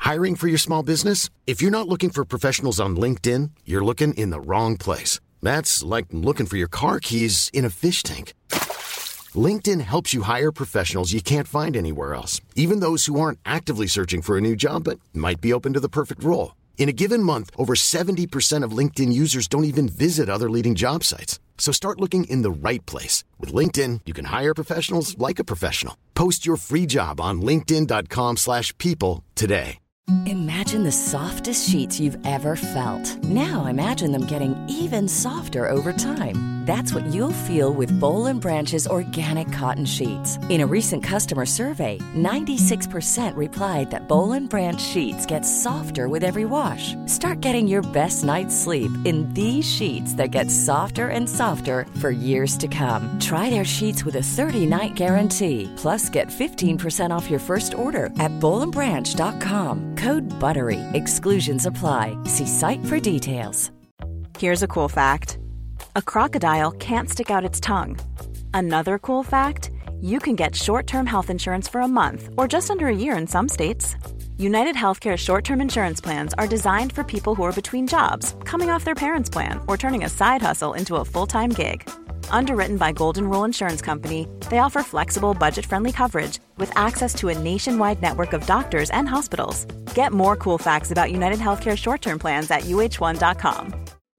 Hiring for your small business? If you're not looking for professionals on LinkedIn, you're looking in the wrong place. That's like looking for your car keys in a fish tank. LinkedIn helps you hire professionals you can't find anywhere else, even those who aren't actively searching for a new job but might be open to the perfect role. In a given month, over 70% of LinkedIn users don't even visit other leading job sites. So start looking in the right place. With LinkedIn, you can hire professionals like a professional. Post your free job on linkedin.com/people today. Imagine the softest sheets you've ever felt. Now imagine them getting even softer over time. That's what you'll feel with Boll & Branch's organic cotton sheets. In a recent customer survey, 96% replied that Boll & Branch sheets get softer with every wash. Start getting your best night's sleep in these sheets that get softer and softer for years to come. Try their sheets with a 30-night guarantee. Plus, get 15% off your first order at bollandbranch.com. Code BUTTERY. Exclusions apply. See site for details. Here's a cool fact. A crocodile can't stick out its tongue. Another cool fact, you can get short-term health insurance for a month or just under a year in some states. United Healthcare short-term insurance plans are designed for people who are between jobs, coming off their parents' plan, or turning a side hustle into a full-time gig. Underwritten by Golden Rule Insurance Company, they offer flexible, budget-friendly coverage with access to a nationwide network of doctors and hospitals. Get more cool facts about United Healthcare short-term plans at uh1.com.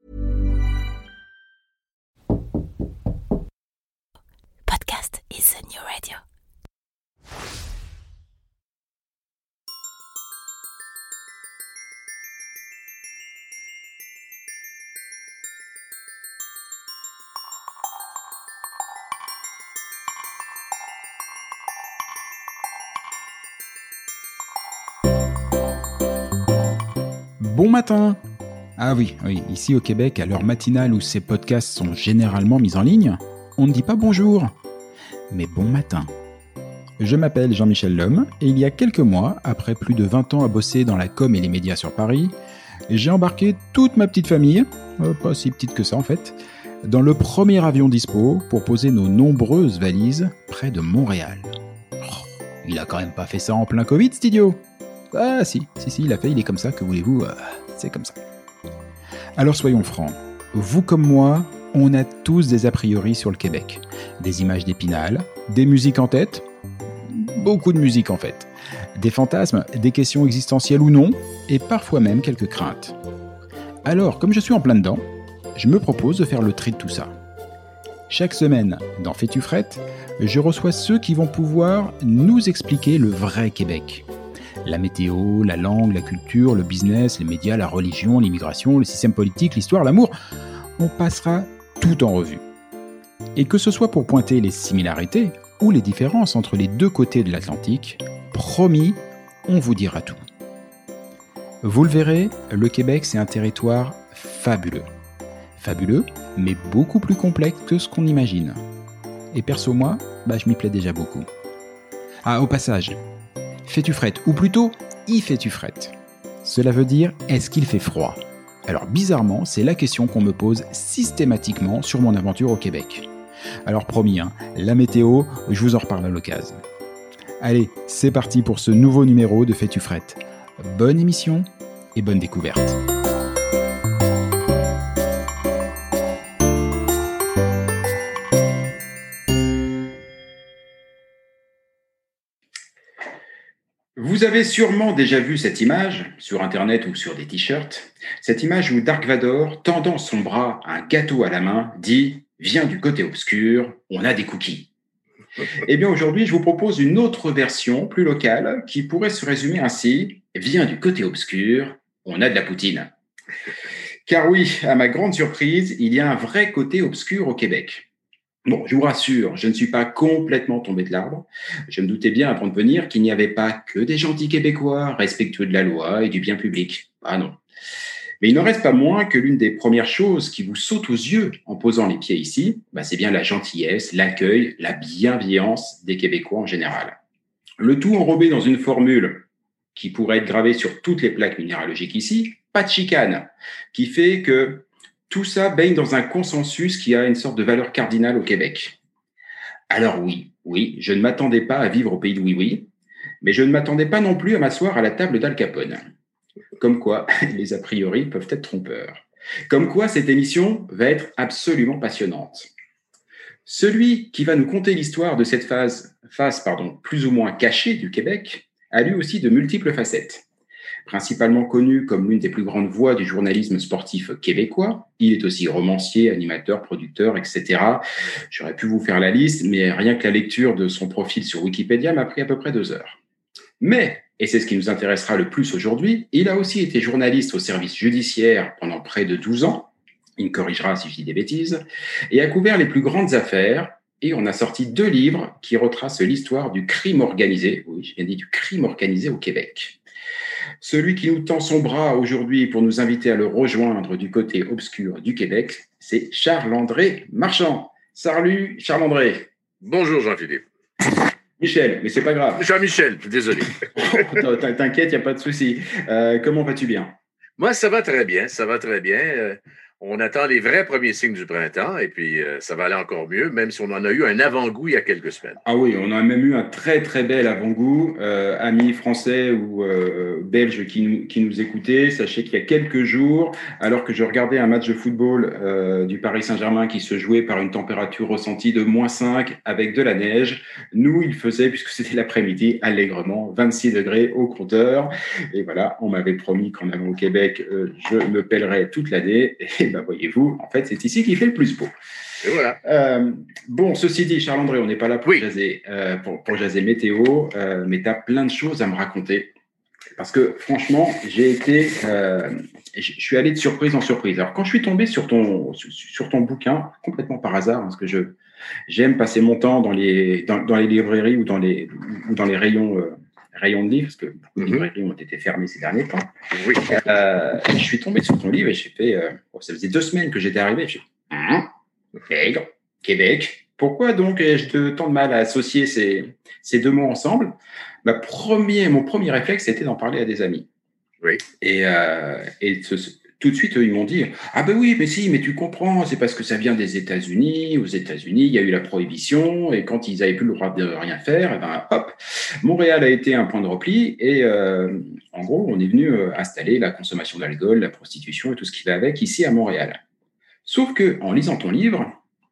Podcast is a new radio. Bon matin! Ah oui, ici au Québec, à l'heure matinale où ces podcasts sont généralement mis en ligne, on ne dit pas bonjour, mais bon matin. Je m'appelle Jean-Michel Lhomme et il y a quelques mois, après plus de 20 ans à bosser dans la com et les médias sur Paris, j'ai embarqué toute ma petite famille, pas si petite que ça en fait, dans le premier avion dispo pour poser nos nombreuses valises près de Montréal. Oh, il a quand même pas fait ça en plein Covid, cet idiot! Ah si, il a fait, il est comme ça, que voulez-vous, c'est comme ça. Alors soyons francs, vous comme moi, on a tous des a priori sur le Québec. Des images d'Épinal, des musiques en tête, beaucoup de musique en fait. Des fantasmes, des questions existentielles ou non, et parfois même quelques craintes. Alors, comme je suis en plein dedans, je me propose de faire le tri de tout ça. Chaque semaine, dans Fais-tu frette, je reçois ceux qui vont pouvoir nous expliquer le vrai Québec. La météo, la langue, la culture, le business, les médias, la religion, l'immigration, le système politique, l'histoire, l'amour. On passera tout en revue. Et que ce soit pour pointer les similarités ou les différences entre les deux côtés de l'Atlantique, promis, on vous dira tout. Vous le verrez, le Québec, c'est un territoire fabuleux. Fabuleux, mais beaucoup plus complexe que ce qu'on imagine. Et perso, moi, je m'y plais déjà beaucoup. Ah, au passage, fais-tu frette, ou plutôt, y fais-tu frette? Cela veut dire, est-ce qu'il fait froid? Alors bizarrement, c'est la question qu'on me pose systématiquement sur mon aventure au Québec. Alors promis, la météo, je vous en reparle à l'occasion. Allez, c'est parti pour ce nouveau numéro de Fais-tu frette. Bonne émission et bonne découverte. Vous avez sûrement déjà vu cette image, sur Internet ou sur des t-shirts, cette image où Dark Vador, tendant son bras, un gâteau à la main, dit « Viens du côté obscur, on a des cookies ». Eh bien aujourd'hui, je vous propose une autre version, plus locale, qui pourrait se résumer ainsi « Viens du côté obscur, on a de la poutine ». Car oui, à ma grande surprise, il y a un vrai côté obscur au Québec. Bon, je vous rassure, je ne suis pas complètement tombé de l'arbre. Je me doutais bien avant de venir qu'il n'y avait pas que des gentils Québécois respectueux de la loi et du bien public. Ah non. Mais il n'en reste pas moins que l'une des premières choses qui vous saute aux yeux en posant les pieds ici, c'est bien la gentillesse, l'accueil, la bienveillance des Québécois en général. Le tout enrobé dans une formule qui pourrait être gravée sur toutes les plaques minéralogiques ici, pas de chicane, qui fait que tout ça baigne dans un consensus qui a une sorte de valeur cardinale au Québec. Alors oui, je ne m'attendais pas à vivre au pays de oui-oui, Mais je ne m'attendais pas non plus à m'asseoir à la table d'Al Capone. Comme quoi, les a priori peuvent être trompeurs. Comme quoi, cette émission va être absolument passionnante. Celui qui va nous conter l'histoire de cette face plus ou moins cachée du Québec a lui aussi de multiples facettes. Principalement connu comme l'une des plus grandes voix du journalisme sportif québécois, il est aussi romancier, animateur, producteur, etc. J'aurais pu vous faire la liste, mais rien que la lecture de son profil sur Wikipédia m'a pris à peu près 2 heures. Mais, et c'est ce qui nous intéressera le plus aujourd'hui, il a aussi été journaliste au service judiciaire pendant près de 12 ans, il me corrigera si je dis des bêtises, et a couvert les plus grandes affaires, et on a sorti 2 livres qui retracent l'histoire du crime organisé, oui, j'ai bien dit du crime organisé au Québec. Celui qui nous tend son bras aujourd'hui pour nous inviter à le rejoindre du côté obscur du Québec, c'est Charles-André Marchand. Salut Charles-André. Bonjour Jean-Philippe. Michel, mais c'est pas grave. Jean-Michel, désolé. T'inquiète, il n'y a pas de souci. Comment vas-tu bien? Moi, ça va très bien, ça va très bien. On attend les vrais premiers signes du printemps et puis ça va aller encore mieux, même si on en a eu un avant-goût il y a quelques semaines. Ah oui, on a même eu un très très bel avant-goût. Amis français ou belges qui nous écoutaient, sachez qu'il y a quelques jours, alors que je regardais un match de football du Paris Saint-Germain qui se jouait par une température ressentie de -5 avec de la neige, nous, il faisait, puisque c'était l'après-midi, allègrement 26 degrés au compteur. Et voilà, on m'avait promis qu'en allant au Québec, je me pèlerais toute l'année. Et ben voyez-vous, en fait, c'est ici qu'il fait le plus beau. Et voilà. Bon, ceci dit, Charles-André, on n'est pas là pour jaser, pour jaser météo, mais tu as plein de choses à me raconter. Parce que franchement, je suis allé de surprise en surprise. Alors, quand je suis tombé sur ton bouquin, complètement par hasard, parce que j'aime passer mon temps dans les librairies ou dans les rayons de livres, parce que beaucoup de librairies ont été fermées ces derniers temps. Oui. Je suis tombé sur ton livre et j'ai fait, ça faisait 2 semaines que j'étais arrivé, j'ai fait, Québec, pourquoi donc ai-je tant de mal à associer ces 2 mots ensemble? Mon premier réflexe, c'était d'en parler à des amis. Oui. Et tout de suite, eux, ils m'ont dit « Ah ben oui, mais si, mais tu comprends, c'est parce que ça vient des États-Unis. Aux États-Unis, il y a eu la prohibition et quand ils n'avaient plus le droit de rien faire, et ben, hop, Montréal a été un point de repli et en gros, on est venu installer la consommation d'alcool, la prostitution et tout ce qui va avec ici à Montréal. Sauf qu'en lisant ton livre,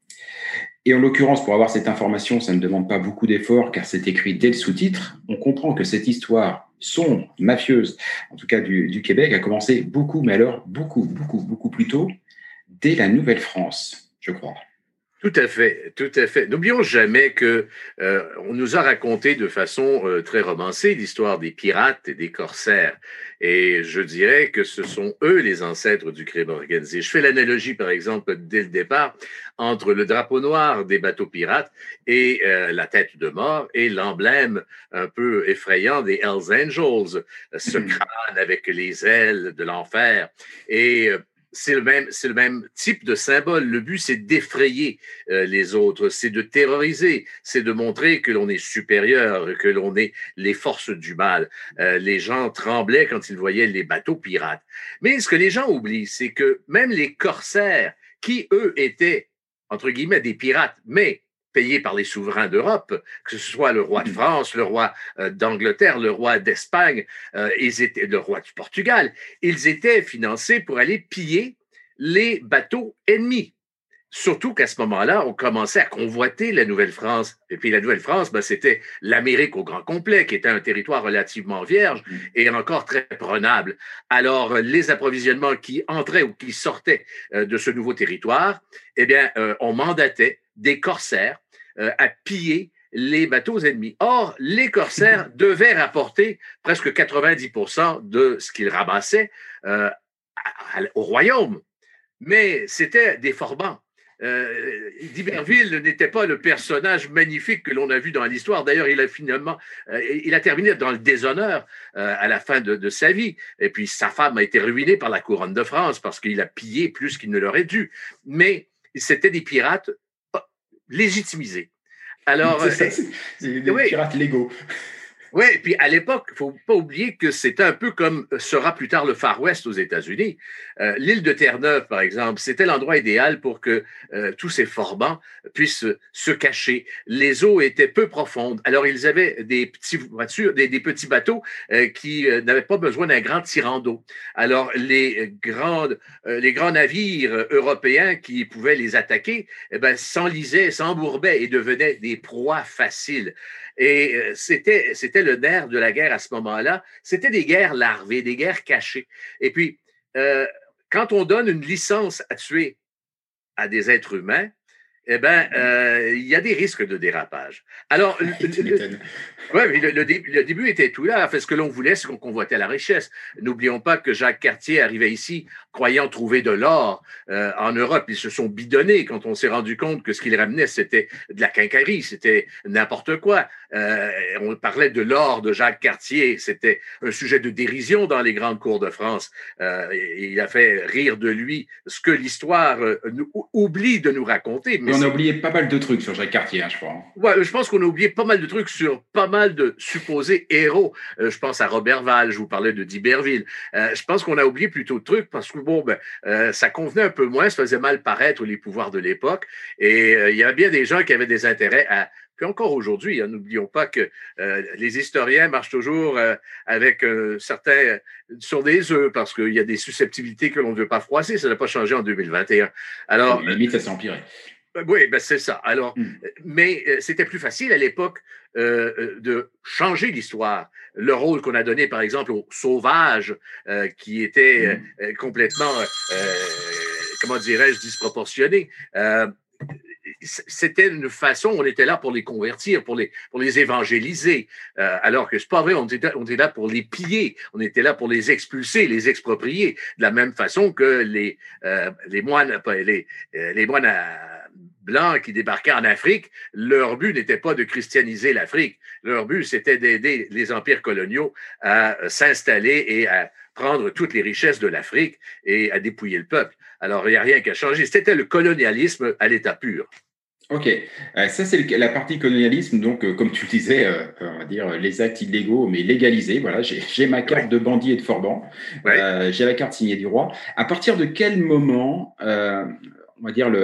et en l'occurrence, pour avoir cette information, ça ne demande pas beaucoup d'efforts car c'est écrit dès le sous-titre, on comprend que cette histoire sombre, mafieuse, en tout cas du Québec, a commencé beaucoup, mais alors beaucoup plus tôt, dès la Nouvelle-France, je crois. Tout à fait, tout à fait. N'oublions jamais que on nous a raconté de façon très romancée l'histoire des pirates et des corsaires. Et je dirais que ce sont eux les ancêtres du crime organisé. Je fais l'analogie, par exemple, dès le départ, entre le drapeau noir des bateaux pirates et la tête de mort et l'emblème un peu effrayant des Hells Angels, ce crâne avec les ailes de l'enfer. Et c'est le même type de symbole. Le but, c'est d'effrayer les autres, c'est de terroriser, c'est de montrer que l'on est supérieur, que l'on est les forces du mal. Les gens tremblaient quand ils voyaient les bateaux pirates. Mais ce que les gens oublient, c'est que même les corsaires, qui, eux, étaient, entre guillemets, des pirates, mais payés par les souverains d'Europe, que ce soit le roi de France, le roi d'Angleterre, le roi d'Espagne, le roi du Portugal, ils étaient financés pour aller piller les bateaux ennemis. Surtout qu'à ce moment-là, on commençait à convoiter la Nouvelle-France. Et puis la Nouvelle-France, c'était l'Amérique au grand complet, qui était un territoire relativement vierge et encore très prenable. Alors, les approvisionnements qui entraient ou qui sortaient de ce nouveau territoire, eh bien, on mandatait des corsaires à piller les bateaux ennemis. Or, les corsaires devaient rapporter presque 90% de ce qu'ils ramassaient au royaume. Mais c'était des forbans. d'Iberville n'était pas le personnage magnifique que l'on a vu dans l'histoire. D'ailleurs, il a terminé dans le déshonneur à la fin de sa vie. Et puis, sa femme a été ruinée par la couronne de France parce qu'il a pillé plus qu'il ne l'aurait dû. Mais c'était des pirates légitimisés. Alors, c'est des pirates légaux. Oui, et puis à l'époque, il ne faut pas oublier que c'était un peu comme sera plus tard le Far West aux États-Unis. L'île de Terre-Neuve, par exemple, c'était l'endroit idéal pour que tous ces forbans puissent se cacher. Les eaux étaient peu profondes. Alors, ils avaient des petits voitures, des petits bateaux qui n'avaient pas besoin d'un grand tirant d'eau. Alors, les grands navires européens qui pouvaient les attaquer, eh ben, s'enlisaient, s'embourbaient et devenaient des proies faciles. Et c'était le nerf de la guerre à ce moment-là. C'était des guerres larvées, des guerres cachées. Et puis, quand on donne une licence à tuer à des êtres humains, eh bien, il y a des risques de dérapage. Alors, le début était tout là. Enfin, ce que l'on voulait, c'est qu'on convoitait la richesse. N'oublions pas que Jacques Cartier arrivait ici croyant trouver de l'or en Europe. Ils se sont bidonnés quand on s'est rendu compte que ce qu'ils ramenaient, c'était de la quincaillerie, c'était n'importe quoi. On parlait de l'or de Jacques Cartier. C'était un sujet de dérision dans les grandes cours de France. Il a fait rire de lui ce que l'histoire oublie de nous raconter. Mais on a oublié pas mal de trucs sur Jacques Cartier, je crois. Ouais, je pense qu'on a oublié pas mal de trucs sur pas mal de supposés héros. Je pense à Robert Val, je vous parlais de d'Iberville. Je pense qu'on a oublié plutôt de trucs parce que ça convenait un peu moins, ça faisait mal paraître les pouvoirs de l'époque. Et il y avait bien des gens qui avaient des intérêts à... Puis encore aujourd'hui, n'oublions pas que les historiens marchent toujours avec certains sur des œufs parce qu'il y a des susceptibles que l'on ne veut pas froisser. Ça n'a pas changé en 2021. Alors, limite, ça s'est empiré. Oui, c'est ça. Alors, mais c'était plus facile à l'époque de changer l'histoire. Le rôle qu'on a donné, par exemple, aux sauvages, qui était complètement, comment dirais-je, disproportionné. C'était une façon, on était là pour les convertir, pour les évangéliser, alors que c'est pas vrai, on était là pour les piller, on était là pour les expulser, les exproprier, de la même façon que les moines blancs qui débarquaient en Afrique, leur but n'était pas de christianiser l'Afrique, leur but c'était d'aider les empires coloniaux à s'installer et à prendre toutes les richesses de l'Afrique et à dépouiller le peuple. Alors, il n'y a rien qui a changé. C'était le colonialisme à l'état pur. Ok, ça c'est la partie colonialisme, donc comme tu le disais, on va dire les actes illégaux mais légalisés. Voilà, j'ai ma carte de bandit et de forban, j'ai la carte signée du roi. À partir de quel moment, on va dire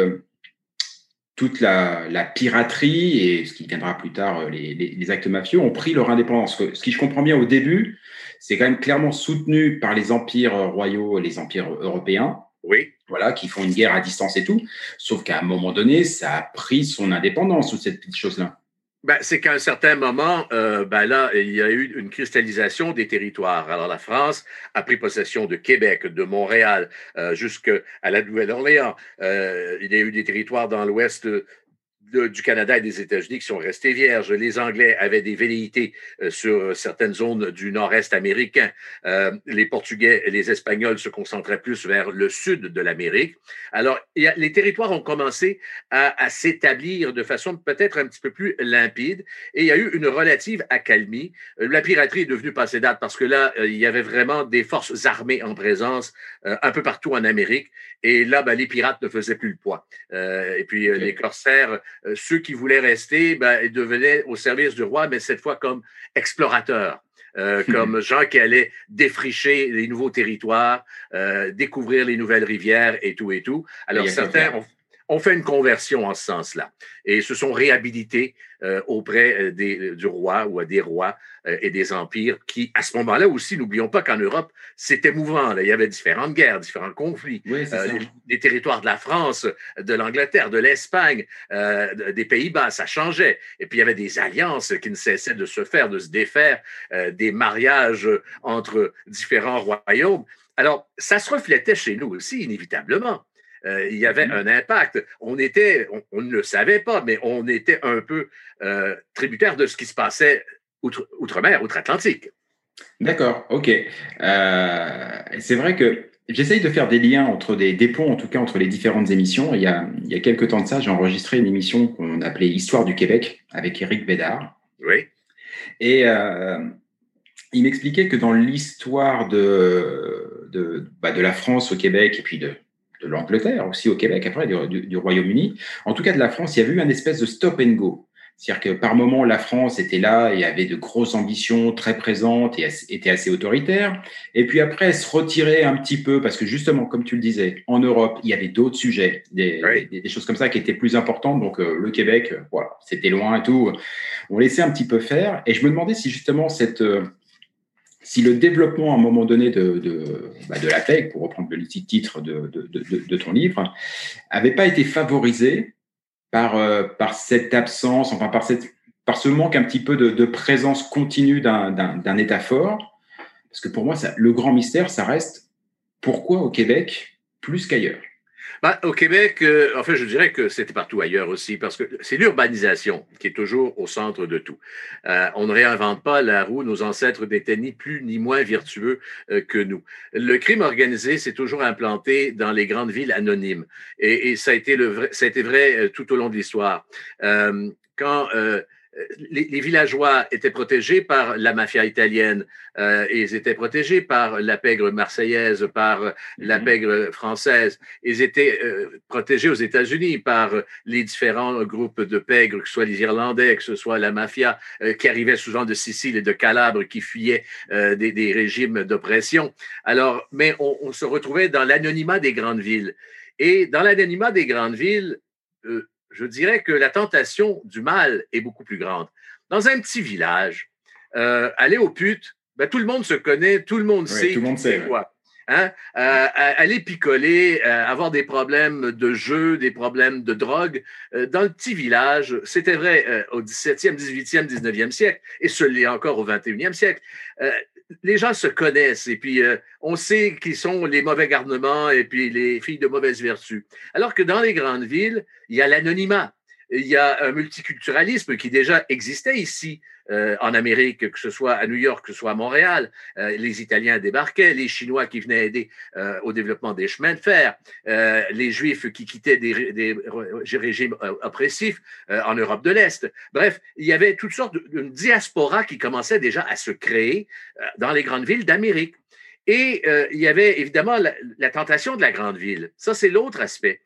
toute la piraterie et ce qui viendra plus tard, les actes mafieux ont pris leur indépendance. Ce qui, je comprends bien, au début, c'est quand même clairement soutenu par les empires royaux, les empires européens. Oui. Voilà, qui font une guerre à distance et tout. Sauf qu'à un moment donné, ça a pris son indépendance, toute cette petite chose-là. C'est qu'à un certain moment, là, il y a eu une cristallisation des territoires. Alors, la France a pris possession de Québec, de Montréal, jusqu'à la Nouvelle-Orléans. Il y a eu des territoires dans l'ouest du Canada et des États-Unis qui sont restés vierges. Les Anglais avaient des velléités sur certaines zones du nord-est américain. Les Portugais et les Espagnols se concentraient plus vers le sud de l'Amérique. Alors, les territoires ont commencé à s'établir de façon peut-être un petit peu plus limpide et il y a eu une relative accalmie. La piraterie est devenue passée date parce que là, il y avait vraiment des forces armées en présence un peu partout en Amérique et là, les pirates ne faisaient plus le poids. Et puis, les corsaires, ceux qui voulaient rester, ils devenaient au service du roi, mais cette fois comme explorateurs, comme gens qui allaient défricher les nouveaux territoires, découvrir les nouvelles rivières et tout et tout. Alors, certains ont fait une conversion en ce sens-là et se sont réhabilités auprès du roi ou des rois et des empires qui, à ce moment-là aussi, n'oublions pas qu'en Europe, c'était mouvant. Là. Il y avait différentes guerres, différents conflits. Oui, les territoires de la France, de l'Angleterre, de l'Espagne, des Pays-Bas, ça changeait. Et puis, il y avait des alliances qui ne cessaient de se faire, de se défaire, des mariages entre différents royaumes. Alors, ça se reflétait chez nous aussi, inévitablement. Il y avait un impact. On ne le savait pas, mais on était un peu tributaire de ce qui se passait outre-mer, outre-Atlantique. D'accord, ok. C'est vrai que j'essaye de faire des liens entre des ponts, en tout cas entre les différentes émissions. Il y a quelques temps de ça, j'ai enregistré une émission qu'on appelait Histoire du Québec avec Éric Bédard. Oui. Et il m'expliquait que dans l'histoire de la France au Québec et puis de l'Angleterre aussi au Québec, après du Royaume-Uni, en tout cas de la France, il y avait eu un espèce de stop and go. C'est-à-dire que par moment, la France était là et avait de grosses ambitions, très présentes et était assez autoritaire. Et puis après, elle se retirait un petit peu parce que justement, comme tu le disais, en Europe, il y avait d'autres sujets, des choses comme ça qui étaient plus importantes. Donc le Québec, voilà, c'était loin et tout. On laissait un petit peu faire. Et je me demandais si justement si le développement à un moment donné de la PEG, pour reprendre le titre de ton livre, avait pas été favorisé par cette absence, enfin par ce manque un petit peu de présence continue d'un État fort. Parce que pour moi, le grand mystère, ça reste pourquoi au Québec plus qu'ailleurs. Au Québec, en fait, je dirais que c'était partout ailleurs aussi, parce que c'est l'urbanisation qui est toujours au centre de tout. On ne réinvente pas la roue. Nos ancêtres n'étaient ni plus ni moins vertueux que nous. Le crime organisé s'est toujours implanté dans les grandes villes anonymes, et ça a été vrai tout au long de l'histoire. Quand les villageois étaient protégés par la mafia italienne, et ils étaient protégés par la pègre marseillaise, par la pègre française. Ils étaient protégés aux États-Unis par les différents groupes de pègres, que ce soit les Irlandais, que ce soit la mafia qui arrivait souvent de Sicile et de Calabre, qui fuyaient des régimes d'oppression. Alors, mais on se retrouvait dans l'anonymat des grandes villes. Et dans l'anonymat des grandes villes, je dirais que la tentation du mal est beaucoup plus grande. Dans un petit village, aller aux putes, tout le monde se connaît, tout le monde sait. Tout le monde sait quoi. Hein? Aller picoler, avoir des problèmes de jeu, des problèmes de drogue. Dans le petit village, c'était vrai au 17e, 18e, 19e siècle, et ce l'est encore au 21e siècle. Les gens se connaissent et puis on sait qui sont les mauvais garnements et puis les filles de mauvaise vertu. Alors que dans les grandes villes, il y a l'anonymat. Il y a un multiculturalisme qui déjà existait ici en Amérique, que ce soit à New York, que ce soit à Montréal. Les Italiens débarquaient, les Chinois qui venaient aider au développement des chemins de fer, les Juifs qui quittaient des régimes oppressifs en Europe de l'Est. Bref, il y avait toutes sortes d'une diaspora qui commençait déjà à se créer dans les grandes villes d'Amérique. Et il y avait évidemment la tentation de la grande ville. Ça, c'est l'autre aspect.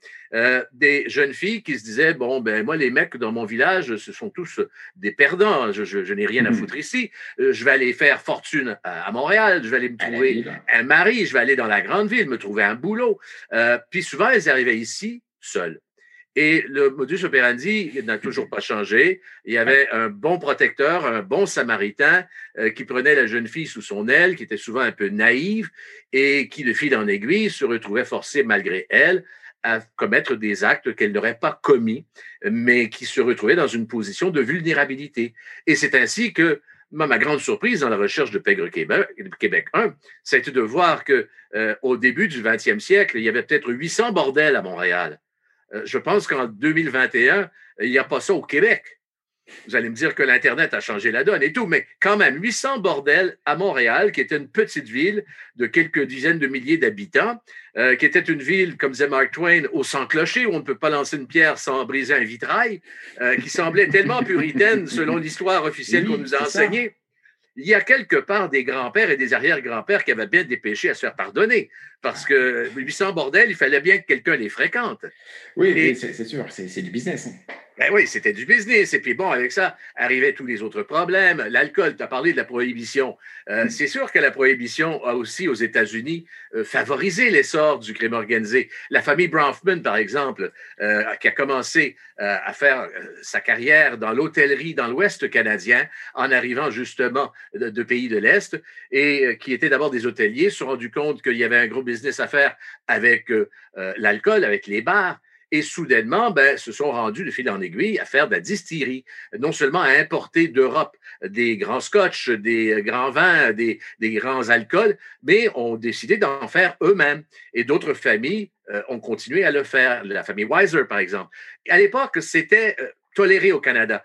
Des jeunes filles qui se disaient, bon, ben moi, les mecs dans mon village, ce sont tous des perdants. Je n'ai rien à foutre ici. Je vais aller faire fortune à Montréal. Je vais aller me trouver un mari. Je vais aller dans la grande ville, me trouver un boulot. Puis souvent, elles arrivaient ici seules. Et le modus operandi n'a toujours pas changé. Il y avait un bon protecteur, un bon samaritain qui prenait la jeune fille sous son aile, qui était souvent un peu naïve et qui, de fil en aiguille, se retrouvait forcée, malgré elle, à commettre des actes qu'elle n'aurait pas commis, mais qui se retrouvait dans une position de vulnérabilité. Et c'est ainsi que, ma grande surprise dans la recherche de Pègre Québec 1, ça a été de voir qu'au début du 20e siècle, il y avait peut-être 800 bordels à Montréal. Je pense qu'en 2021, il n'y a pas ça au Québec. Vous allez me dire que l'Internet a changé la donne et tout, mais quand même, 800 bordels à Montréal, qui était une petite ville de quelques dizaines de milliers d'habitants, qui était une ville, comme disait Mark Twain, au sans clocher, où on ne peut pas lancer une pierre sans briser un vitrail, qui semblait tellement puritaine selon l'histoire officielle qu'on nous a enseignée. Il y a quelque part des grands-pères et des arrière-grands-pères qui avaient bien des péchés à se faire pardonner. Parce que 800 bordels, il fallait bien que quelqu'un les fréquente. Oui, c'est sûr, c'est du business. Ben oui, c'était du business. Et puis bon, avec ça, arrivaient tous les autres problèmes. L'alcool, tu as parlé de la prohibition. C'est sûr que la prohibition a aussi, aux États-Unis, favorisé l'essor du crime organisé. La famille Bronfman, par exemple, qui a commencé à faire sa carrière dans l'hôtellerie dans l'Ouest canadien, en arrivant justement de pays de l'Est, et qui étaient d'abord des hôteliers, se sont rendus compte qu'il y avait un gros business à faire avec l'alcool, avec les bars. Et soudainement, se sont rendus de fil en aiguille à faire de la distillerie, non seulement à importer d'Europe des grands scotch, des grands vins, des grands alcools, mais ont décidé d'en faire eux-mêmes. Et d'autres familles ont continué à le faire, la famille Weiser, par exemple. À l'époque, c'était toléré au Canada.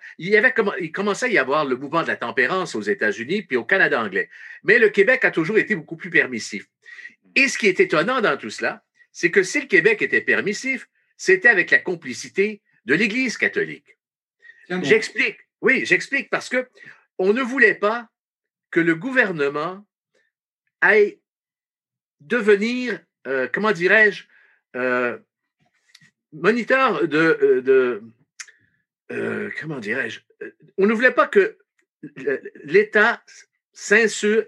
Il commençait à y avoir le mouvement de la tempérance aux États-Unis puis au Canada anglais. Mais le Québec a toujours été beaucoup plus permissif. Et ce qui est étonnant dans tout cela, c'est que si le Québec était permissif, c'était avec la complicité de l'Église catholique. J'explique. Oui, j'explique parce que on ne voulait pas que le gouvernement aille devenir, comment dirais-je, moniteur comment dirais-je, on ne voulait pas que l'État s'insurge,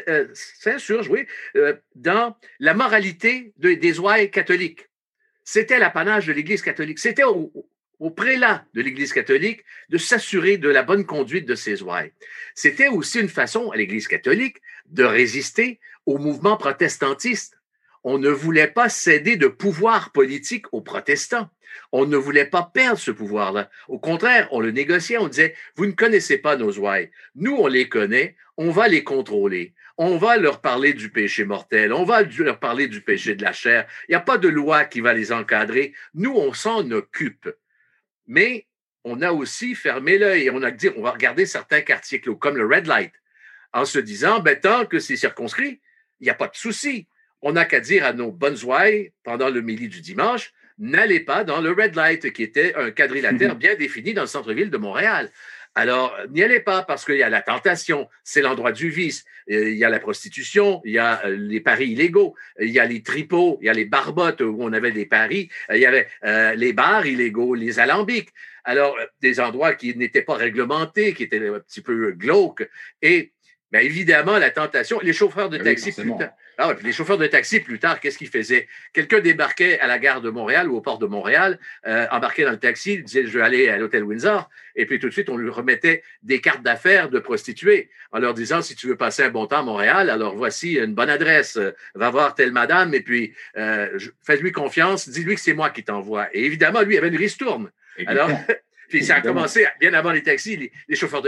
oui, dans la moralité des ouailles catholiques. C'était l'apanage de l'Église catholique. C'était au prélat de l'Église catholique de s'assurer de la bonne conduite de ses ouailles. C'était aussi une façon à l'Église catholique de résister au mouvement protestantiste. On ne voulait pas céder de pouvoir politique aux protestants. On ne voulait pas perdre ce pouvoir-là. Au contraire, on le négociait. On disait, vous ne connaissez pas nos ouailles. Nous, on les connaît. On va les contrôler. On va leur parler du péché mortel. On va leur parler du péché de la chair. Il n'y a pas de loi qui va les encadrer. Nous, on s'en occupe. Mais on a aussi fermé l'œil et on a dit, on va regarder certains quartiers clos, comme le Red Light, en se disant, ben, tant que c'est circonscrit, il n'y a pas de souci. On n'a qu'à dire à nos bonnes ouailles, pendant le midi du dimanche, n'allez pas dans le Red Light, qui était un quadrilatère bien défini dans le centre-ville de Montréal. Alors, n'y allez pas parce qu'il y a la tentation, c'est l'endroit du vice, il y a la prostitution, il y a les paris illégaux, il y a les tripots, il y a les barbottes où on avait des paris, il y avait les bars illégaux, les alambics. Alors, des endroits qui n'étaient pas réglementés, qui étaient un petit peu glauques. Et bien évidemment, la tentation, les chauffeurs de taxi plus tard. Ah ouais, puis les chauffeurs de taxi, plus tard, qu'est-ce qu'ils faisaient? Quelqu'un débarquait à la gare de Montréal ou au port de Montréal, embarquait dans le taxi, disait « je vais aller à l'hôtel Windsor », et puis tout de suite, on lui remettait des cartes d'affaires de prostituées en leur disant « si tu veux passer un bon temps à Montréal, alors voici une bonne adresse, va voir telle madame, et puis fais-lui confiance, dis-lui que c'est moi qui t'envoie ». Et évidemment, lui, il avait une ristourne. Alors, puis ça a commencé bien avant les taxis, les chauffeurs,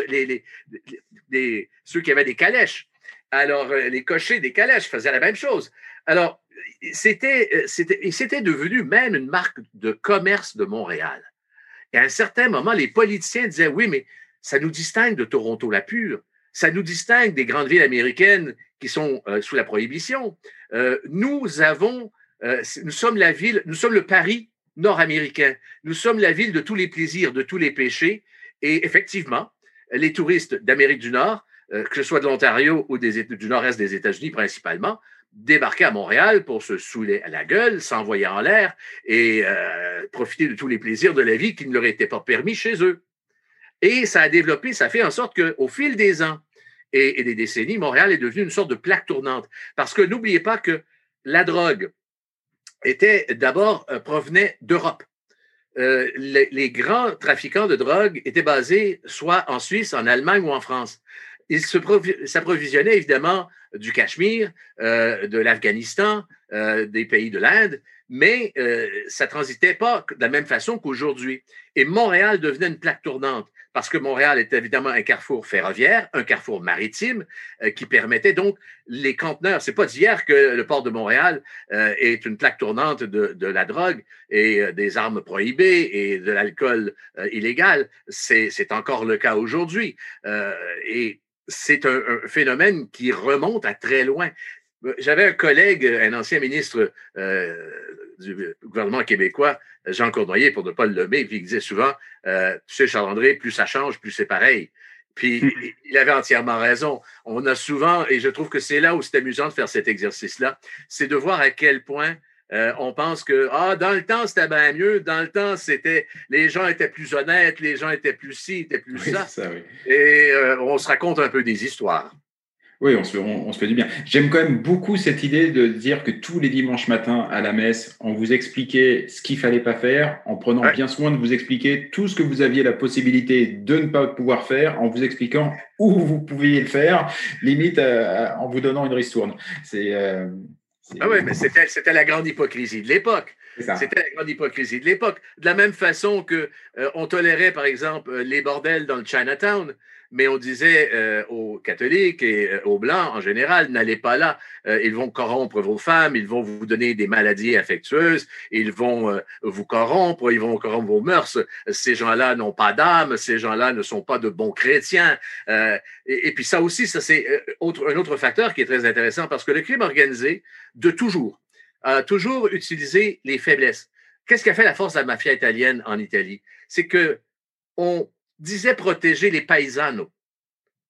ceux qui avaient des calèches. Alors, les cochers des calèches faisaient la même chose. Alors, c'était devenu même une marque de commerce de Montréal. Et à un certain moment, les politiciens disaient, oui, mais ça nous distingue de Toronto la pure. Ça nous distingue des grandes villes américaines qui sont sous la prohibition. Nous sommes le Paris nord-américain. Nous sommes la ville de tous les plaisirs, de tous les péchés. Et effectivement, les touristes d'Amérique du Nord, que ce soit de l'Ontario ou du nord-est des États-Unis principalement, débarquaient à Montréal pour se saouler à la gueule, s'envoyer en l'air et profiter de tous les plaisirs de la vie qui ne leur étaient pas permis chez eux. Et ça a fait en sorte qu'au fil des ans et des décennies, Montréal est devenu une sorte de plaque tournante. Parce que n'oubliez pas que la drogue provenait d'Europe. Les grands trafiquants de drogue étaient basés soit en Suisse, en Allemagne ou en France. Ils s'approvisionnaient évidemment du Cachemire, de l'Afghanistan, des pays de l'Inde, mais ça ne transitait pas de la même façon qu'aujourd'hui. Et Montréal devenait une plaque tournante parce que Montréal est évidemment un carrefour ferroviaire, un carrefour maritime qui permettait donc les conteneurs. C'est pas d'hier que le port de Montréal est une plaque tournante de la drogue et des armes prohibées et de l'alcool illégal. C'est encore le cas aujourd'hui. Et c'est un phénomène qui remonte à très loin. J'avais un collègue, un ancien ministre du gouvernement québécois, Jean Cournoyer, pour ne pas le nommer, puis il disait souvent, tu sais, Charles-André, plus ça change, plus c'est pareil. Puis il avait entièrement raison. On a souvent, et je trouve que c'est là où c'est amusant de faire cet exercice-là, c'est de voir à quel point on pense que dans le temps, c'était bien mieux. Dans le temps, les gens étaient plus honnêtes, les gens étaient plus ci, étaient plus ça. Oui. Et on se raconte un peu des histoires. Oui, on se fait du bien. J'aime quand même beaucoup cette idée de dire que tous les dimanches matins à la messe, on vous expliquait ce qu'il fallait pas faire, en prenant bien soin de vous expliquer tout ce que vous aviez la possibilité de ne pas pouvoir faire, en vous expliquant où vous pouviez le faire, limite en vous donnant une ristourne. Oui, mais c'était la grande hypocrisie de l'époque. C'était la grande hypocrisie de l'époque. De la même façon que on tolérait, par exemple, les bordels dans le Chinatown, mais on disait aux catholiques et aux blancs en général, n'allez pas là, ils vont corrompre vos femmes, ils vont vous donner des maladies infectieuses, ils vont vous corrompre, ils vont corrompre vos mœurs. Ces gens-là n'ont pas d'âme, ces gens-là ne sont pas de bons chrétiens. Et puis ça aussi, c'est un autre facteur qui est très intéressant parce que le crime organisé, de toujours, a toujours utilisé les faiblesses. Qu'est-ce qu'a fait la force de la mafia italienne en Italie? C'est qu'on disait protéger les paisanos.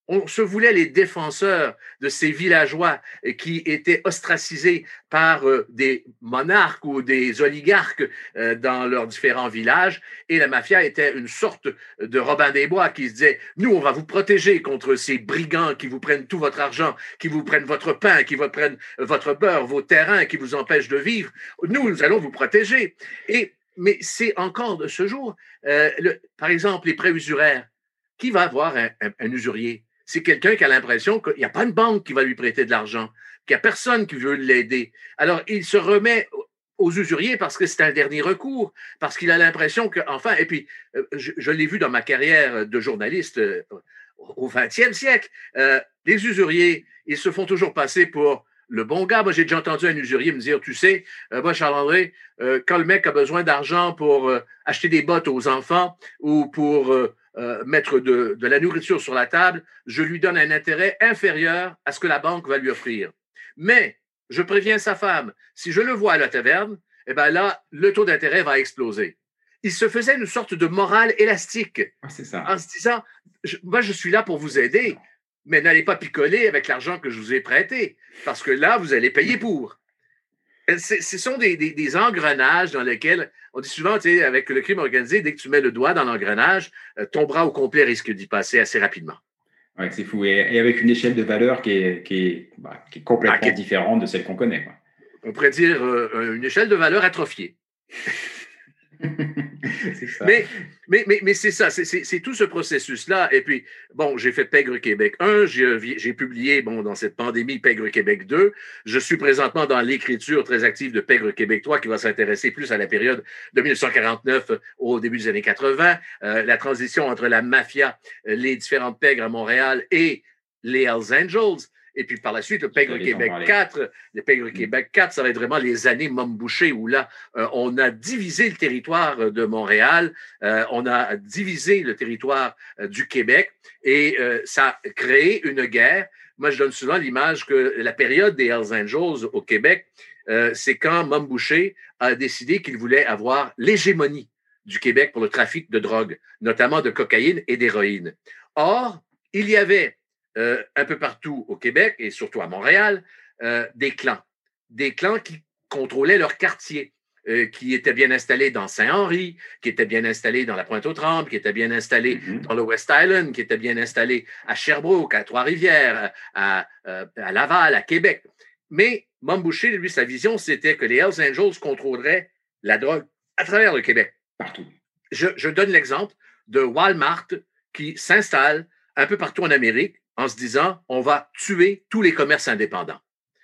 on se voulait les défenseurs de ces villageois qui étaient ostracisés par des monarques ou des oligarques dans leurs différents villages. Et la mafia était une sorte de Robin des Bois qui se disait, nous, on va vous protéger contre ces brigands qui vous prennent tout votre argent, qui vous prennent votre pain, qui vous prennent votre beurre, vos terrains, qui vous empêchent de vivre. Nous allons vous protéger. Mais c'est encore de ce jour, par exemple, les prêts usuraires. Qui va avoir un usurier? C'est quelqu'un qui a l'impression qu'il n'y a pas une banque qui va lui prêter de l'argent, qu'il n'y a personne qui veut l'aider. Alors, il se remet aux usuriers parce que c'est un dernier recours, parce qu'il a l'impression que, enfin, et puis, je l'ai vu dans ma carrière de journaliste au XXe siècle, les usuriers, ils se font toujours passer pour le bon gars. Moi, j'ai déjà entendu un usurier me dire, tu sais, moi, Charles-André, quand le mec a besoin d'argent pour acheter des bottes aux enfants ou pour mettre de la nourriture sur la table, je lui donne un intérêt inférieur à ce que la banque va lui offrir. Mais je préviens sa femme, si je le vois à la taverne, eh bien là, le taux d'intérêt va exploser. Il se faisait une sorte de morale élastique c'est ça. En se disant, moi, je suis là pour vous aider, mais n'allez pas picoler avec l'argent que je vous ai prêté, parce que là, vous allez payer pour. Ce sont des engrenages dans lesquels, on dit souvent, tu sais, avec le crime organisé, dès que tu mets le doigt dans l'engrenage, ton bras au complet risque d'y passer assez rapidement. Ouais, c'est fou. Et avec une échelle de valeur qui est complètement différente de celle qu'on connaît, quoi. On pourrait dire une échelle de valeur atrophiée. C'est ça. Mais c'est ça, c'est tout ce processus-là. Et puis, bon, j'ai fait Pègre Québec 1, j'ai publié, bon, dans cette pandémie, Pègre Québec 2. Je suis présentement dans l'écriture très active de Pègre Québec 3, qui va s'intéresser plus à la période de 1949 au début des années 80, la transition entre la mafia, les différentes pègres à Montréal et les Hells Angels. Et puis par la suite, le Pègre Québec 4, le Pègre Québec 4, ça va être vraiment les années Mom Boucher où là, on a divisé le territoire de Montréal, on a divisé le territoire du Québec et ça a créé une guerre. Moi, je donne souvent l'image que la période des Hells Angels au Québec, c'est quand Mom Boucher a décidé qu'il voulait avoir l'hégémonie du Québec pour le trafic de drogue, notamment de cocaïne et d'héroïne. Or, il y avait un peu partout au Québec et surtout à Montréal, des clans qui contrôlaient leur quartier, qui étaient bien installés dans Saint-Henri, qui étaient bien installés dans la Pointe-aux-Trembles, qui étaient bien installés dans le West Island, qui étaient bien installés à Sherbrooke, à Trois-Rivières, à Laval, à Québec. Mais Mom Boucher, lui, sa vision, c'était que les Hells Angels contrôleraient la drogue à travers le Québec. Partout. Je donne l'exemple de Walmart qui s'installe un peu partout en Amérique en se disant, on va tuer tous les commerces indépendants.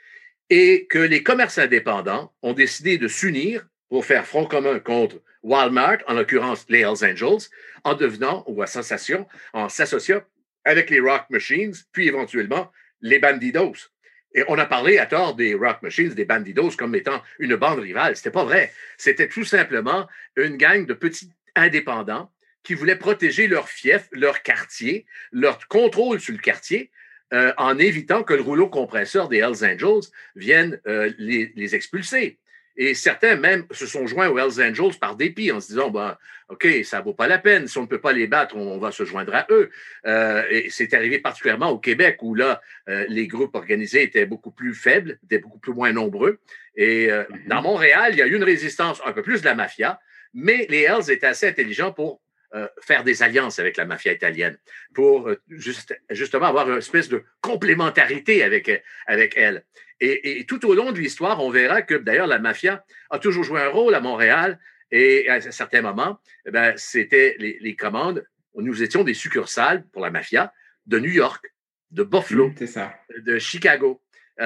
Et que les commerces indépendants ont décidé de s'unir pour faire front commun contre Walmart, en l'occurrence les Hells Angels, en devenant, ou en s'associant avec les Rock Machines, puis éventuellement les Bandidos. Et on a parlé à tort des Rock Machines, des Bandidos, comme étant une bande rivale. C'était pas vrai. C'était tout simplement une gang de petits indépendants qui voulaient protéger leur fief, leur quartier, leur contrôle sur le quartier, en évitant que le rouleau compresseur des Hells Angels vienne les expulser. Et certains même se sont joints aux Hells Angels par dépit en se disant, ben, OK, ça ne vaut pas la peine. Si on ne peut pas les battre, on va se joindre à eux. Et c'est arrivé particulièrement au Québec où là, les groupes organisés étaient beaucoup plus faibles, étaient beaucoup plus moins nombreux. Et dans Montréal, il y a eu une résistance un peu plus de la mafia, mais les Hells étaient assez intelligents pour faire des alliances avec la mafia italienne, pour justement avoir une espèce de complémentarité avec elle. Et tout au long de l'histoire, on verra que d'ailleurs la mafia a toujours joué un rôle à Montréal et à un certain moment, ben, c'était les commandes. Nous étions des succursales pour la mafia de New York, de Buffalo, de Chicago. Ils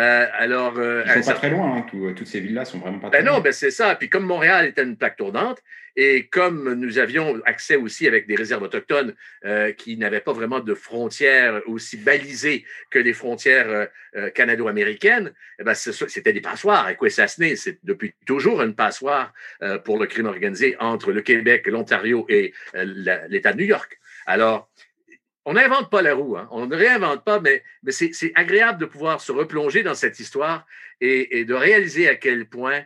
ne sont pas très loin, hein. Toutes ces villes-là sont vraiment pas très loin. Non, c'est ça. Puis comme Montréal était une plaque tournante, et comme nous avions accès aussi avec des réserves autochtones qui n'avaient pas vraiment de frontières aussi balisées que les frontières canado-américaines, c'était des passoires. Et Queensasney, c'est depuis toujours une passoire pour le crime organisé entre le Québec, l'Ontario et l'État de New York. Alors, on n'invente pas la roue, hein. On ne réinvente pas, mais c'est agréable de pouvoir se replonger dans cette histoire et de réaliser à quel point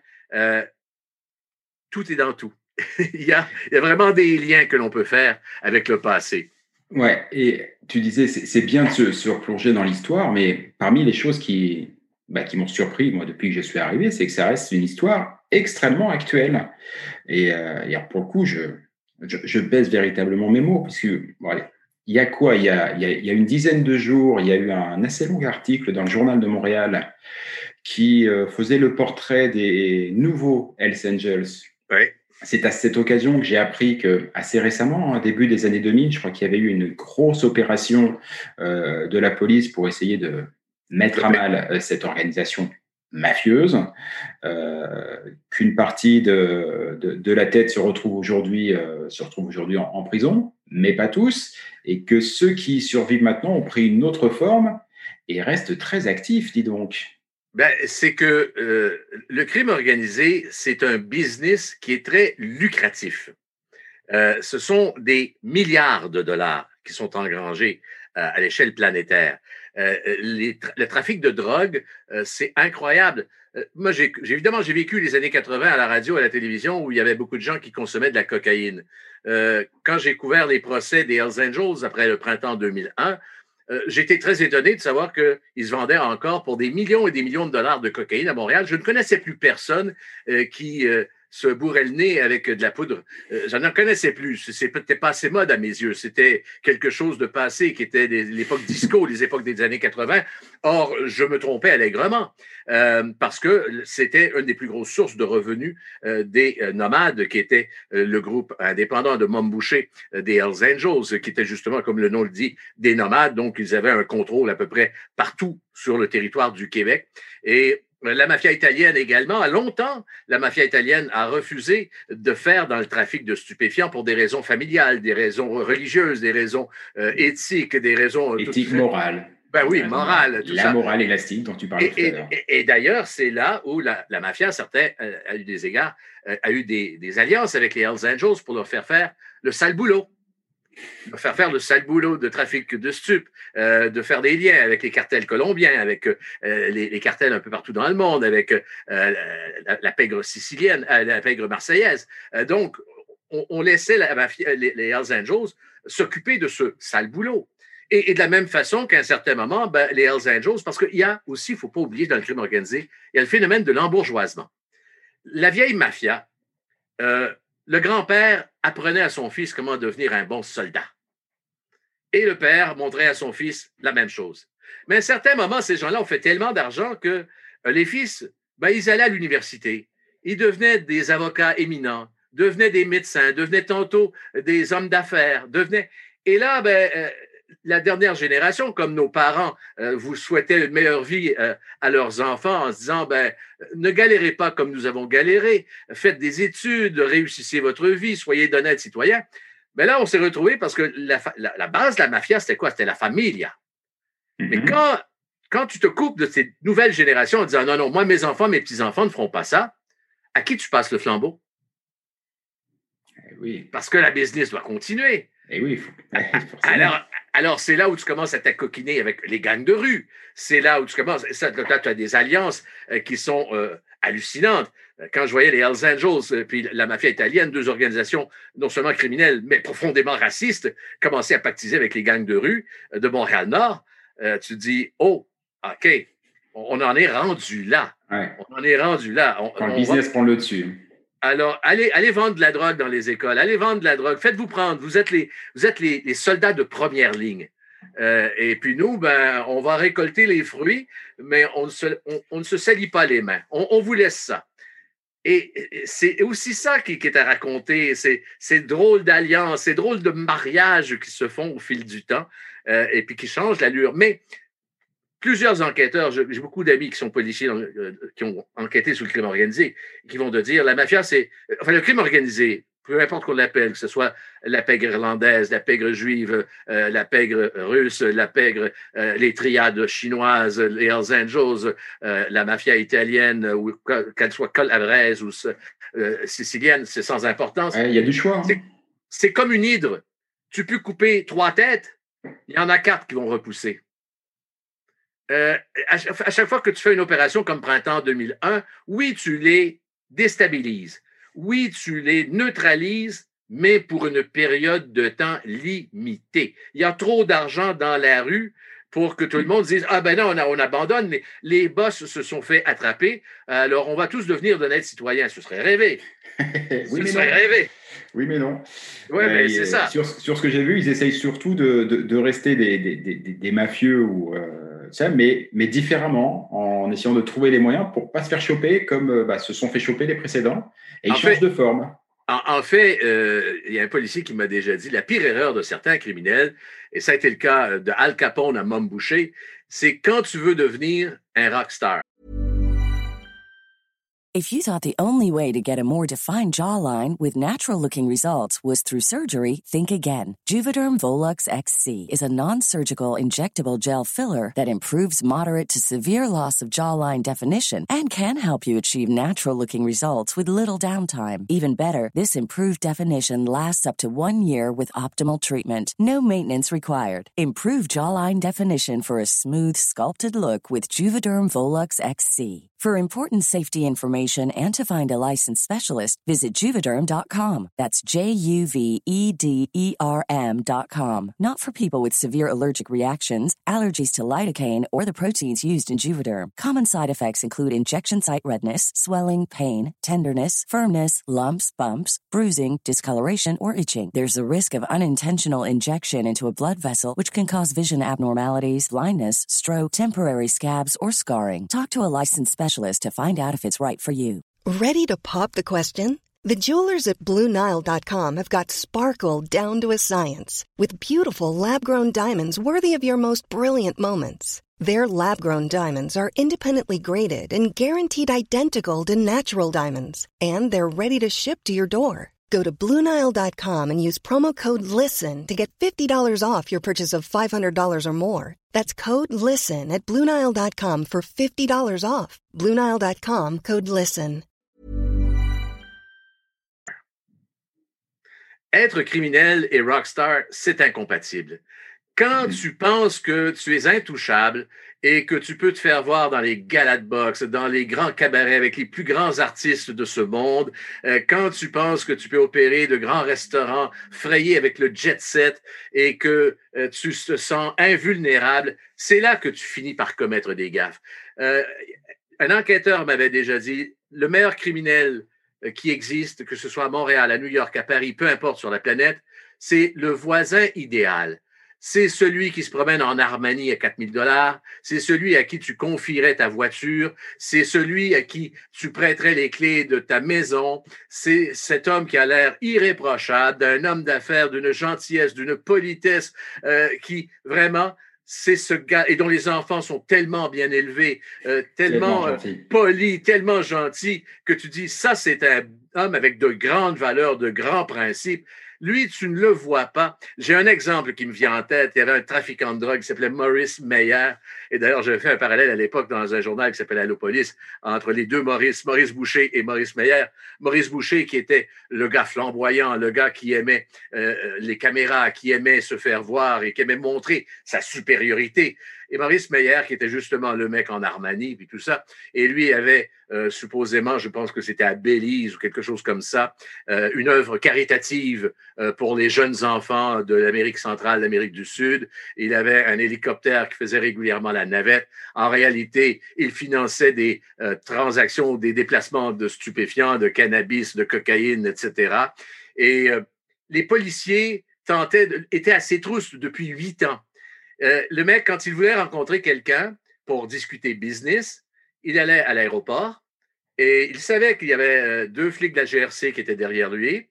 tout est dans tout. Il y a vraiment des liens que l'on peut faire avec le passé. Ouais, et tu disais, c'est bien de se replonger dans l'histoire, mais parmi les choses qui m'ont surpris, moi, depuis que je suis arrivé, c'est que ça reste une histoire extrêmement actuelle. Et alors, pour le coup, je pèse véritablement mes mots, puisque, bon, allez, il y a quoi? Il y a une dizaine de jours, il y a eu un assez long article dans le Journal de Montréal qui faisait le portrait des nouveaux Hells Angels. Oui. C'est à cette occasion que j'ai appris que, assez récemment, au début des années 2000, je crois qu'il y avait eu une grosse opération de la police pour essayer de mettre à mal cette organisation mafieuse, qu'une partie de la tête se retrouve aujourd'hui en prison, mais pas tous, et que ceux qui survivent maintenant ont pris une autre forme et restent très actifs, dis donc. Ben, c'est que le crime organisé, c'est un business qui est très lucratif. Ce sont des milliards de dollars qui sont engrangés à l'échelle planétaire. Le trafic de drogue, c'est incroyable. Moi, évidemment, j'ai vécu les années 80 à la radio, à la télévision, où il y avait beaucoup de gens qui consommaient de la cocaïne. Quand j'ai couvert les procès des Hells Angels après le printemps 2001, j'étais très étonné de savoir qu'ils se vendaient encore pour des millions et des millions de dollars de cocaïne à Montréal. Je ne connaissais plus personne qui se bourrait le nez avec de la poudre. Je n'en connaissais plus. C'était pas assez mode à mes yeux. C'était quelque chose de passé qui était l'époque disco, les époques des années 80. Or, je me trompais allègrement parce que c'était une des plus grosses sources de revenus des nomades qui étaient le groupe indépendant de Mom Boucher des Hells Angels, qui était justement, comme le nom le dit, des nomades. Donc, ils avaient un contrôle à peu près partout sur le territoire du Québec. Et la mafia italienne également, longtemps, la mafia italienne a refusé de faire dans le trafic de stupéfiants pour des raisons familiales, des raisons religieuses, des raisons éthiques, des raisons... Éthiques, morales. Ben oui, morale, tout la ça. Morale élastique dont tu parlais tout à l'heure. Et d'ailleurs, c'est là où la mafia, certains, a eu des égards, a eu des alliances avec les Hells Angels pour leur faire faire le sale boulot. Faire faire le sale boulot de trafic de stupes, de faire des liens avec les cartels colombiens, avec les cartels un peu partout dans le monde, avec la pègre sicilienne, la pègre marseillaise. Donc, on laissait les Hells Angels s'occuper de ce sale boulot. Et de la même façon qu'à un certain moment, les Hells Angels, parce qu'il y a aussi, il ne faut pas oublier dans le crime organisé, il y a le phénomène de l'embourgeoisement. La vieille mafia, le grand-père apprenait à son fils comment devenir un bon soldat. Et le père montrait à son fils la même chose. Mais à un certain moment, ces gens-là ont fait tellement d'argent que les fils, ils allaient à l'université. Ils devenaient des avocats éminents, devenaient des médecins, devenaient tantôt des hommes d'affaires, Et là, la dernière génération, comme nos parents, vous souhaitaient une meilleure vie à leurs enfants en se disant, ne galérez pas comme nous avons galéré, faites des études, réussissez votre vie, soyez d'honnêtes citoyens. Mais là, on s'est retrouvés parce que la base de la mafia, c'était quoi? C'était la familia. Mais quand tu te coupes de ces nouvelles générations en disant, non, moi, mes enfants, mes petits-enfants ne feront pas ça, à qui tu passes le flambeau? Oui. Parce que la business doit continuer. Et oui, alors, c'est là où tu commences à t'acoquiner avec les gangs de rue. C'est là où tu commences. Là, tu as des alliances qui sont hallucinantes. Quand je voyais les Hells Angels puis la mafia italienne, deux organisations non seulement criminelles, mais profondément racistes, commencer à pactiser avec les gangs de rue de Montréal-Nord, tu te dis, oh, OK, on en est rendu là. Ouais. On en est rendu là. Quand le business prend le dessus. Alors, allez vendre de la drogue dans les écoles. Allez vendre de la drogue. Faites-vous prendre. Vous êtes les soldats de première ligne. Et puis nous, on va récolter les fruits, mais on ne se salit pas les mains. On vous laisse ça. Et c'est aussi ça qui est à raconter. C'est drôle d'alliances, c'est drôle de mariages qui se font au fil du temps et puis qui changent l'allure. Mais plusieurs enquêteurs, j'ai beaucoup d'amis qui sont policiers, qui ont enquêté sur le crime organisé, qui vont te dire, la mafia, le crime organisé, peu importe qu'on l'appelle, que ce soit la pègre irlandaise, la pègre juive, la pègre russe, la pègre, les triades chinoises, les Hells Angels, la mafia italienne, ou qu'elle soit calabraise ou sicilienne, c'est sans importance. Il y a du choix. C'est comme une hydre. Tu peux couper 3 têtes, il y en a 4 qui vont repousser. À chaque fois que tu fais une opération comme Printemps 2001, oui, tu les déstabilises. Oui, tu les neutralises, mais pour une période de temps limitée. Il y a trop d'argent dans la rue pour que tout le monde dise « Ah ben non, on abandonne, les boss se sont fait attraper, alors on va tous devenir d'honnêtes citoyens. » Ce serait rêvé. Oui, Ce serait rêvé. Oui, mais non. Oui, mais c'est ça. Sur ce que j'ai vu, ils essayent surtout de rester des mafieux ou ça, mais différemment, en essayant de trouver les moyens pour ne pas se faire choper comme se sont fait choper les précédents. Et ils changent de forme. En fait, il y a un policier qui m'a déjà dit la pire erreur de certains criminels, et ça a été le cas de Al Capone à Mom Boucher, c'est quand tu veux devenir un rockstar. If you thought the only way to get a more defined jawline with natural-looking results was through surgery, think again. Juvederm Volux XC is a non-surgical injectable gel filler that improves moderate to severe loss of jawline definition and can help you achieve natural-looking results with little downtime. Even better, this improved definition lasts up to 1 year with optimal treatment. No maintenance required. Improve jawline definition for a smooth, sculpted look with Juvederm Volux XC. For important safety information and to find a licensed specialist, visit Juvederm.com. That's JUVEDERM.com. Not for people with severe allergic reactions, allergies to lidocaine, or the proteins used in Juvederm. Common side effects include injection site redness, swelling, pain, tenderness, firmness, lumps, bumps, bruising, discoloration, or itching. There's a risk of unintentional injection into a blood vessel, which can cause vision abnormalities, blindness, stroke, temporary scabs, or scarring. Talk to a licensed specialist to find out if it's right for you. Ready to pop the question? The jewelers at BlueNile.com have got sparkle down to a science with beautiful lab-grown diamonds worthy of your most brilliant moments. Their lab-grown diamonds are independently graded and guaranteed identical to natural diamonds, and they're ready to ship to your door. Go to BlueNile.com and use promo code LISTEN to get $50 off your purchase of $500 or more. That's code LISTEN at BlueNile.com for $50 off. BlueNile.com, code LISTEN. Être criminel et rockstar, c'est incompatible. Quand tu penses que tu es intouchable et que tu peux te faire voir dans les galas de boxe, dans les grands cabarets avec les plus grands artistes de ce monde, quand tu penses que tu peux opérer de grands restaurants frayés avec le jet set et que tu te sens invulnérable, c'est là que tu finis par commettre des gaffes. Un enquêteur m'avait déjà dit, le meilleur criminel qui existe, que ce soit à Montréal, à New York, à Paris, peu importe sur la planète, c'est le voisin idéal. C'est celui qui se promène en Armani à 4 000 $, c'est celui à qui tu confierais ta voiture, c'est celui à qui tu prêterais les clés de ta maison, c'est cet homme qui a l'air irréprochable, d'un homme d'affaires, d'une gentillesse, d'une politesse, qui vraiment, c'est ce gars, et dont les enfants sont tellement bien élevés, tellement polis, tellement gentils, que tu dis, ça c'est un homme avec de grandes valeurs, de grands principes. Lui, tu ne le vois pas. J'ai un exemple qui me vient en tête. Il y avait un trafiquant de drogue qui s'appelait Maurice Meyer. Et d'ailleurs, j'avais fait un parallèle à l'époque dans un journal qui s'appelait Allopolis entre les deux Maurice Boucher et Maurice Meyer. Maurice Boucher qui était le gars flamboyant, le gars qui aimait les caméras, qui aimait se faire voir et qui aimait montrer sa supériorité. Et Maurice Meyer, qui était justement le mec en Armani, puis tout ça, et lui avait supposément, je pense que c'était à Belize ou quelque chose comme ça, une œuvre caritative pour les jeunes enfants de l'Amérique centrale, l'Amérique du Sud. Il avait un hélicoptère qui faisait régulièrement la navette. En réalité, il finançait des transactions, des déplacements de stupéfiants, de cannabis, de cocaïne, etc. Et les policiers étaient à ses trousses depuis 8 ans. Le mec, quand il voulait rencontrer quelqu'un pour discuter business, il allait à l'aéroport et il savait qu'il y avait 2 flics de la GRC qui étaient derrière lui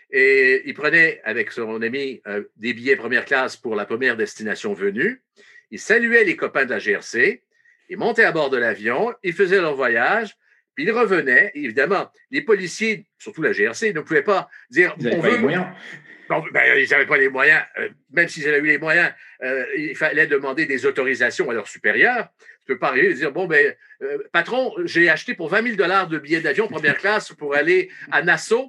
et il prenait avec son ami des billets première classe pour la première destination venue. Il saluait les copains de la GRC, il montait à bord de l'avion, il faisait leur voyage, puis il revenait. Évidemment, les policiers, surtout la GRC, ne pouvaient pas dire... Ils n'avaient pas les moyens. Non, ils n'avaient pas les moyens. Même s'ils avaient eu les moyens, il fallait demander des autorisations à leurs supérieurs. Tu ne peux pas arriver et dire, bon, patron, j'ai acheté pour 20 000 $ de billets d'avion première classe pour aller à Nassau.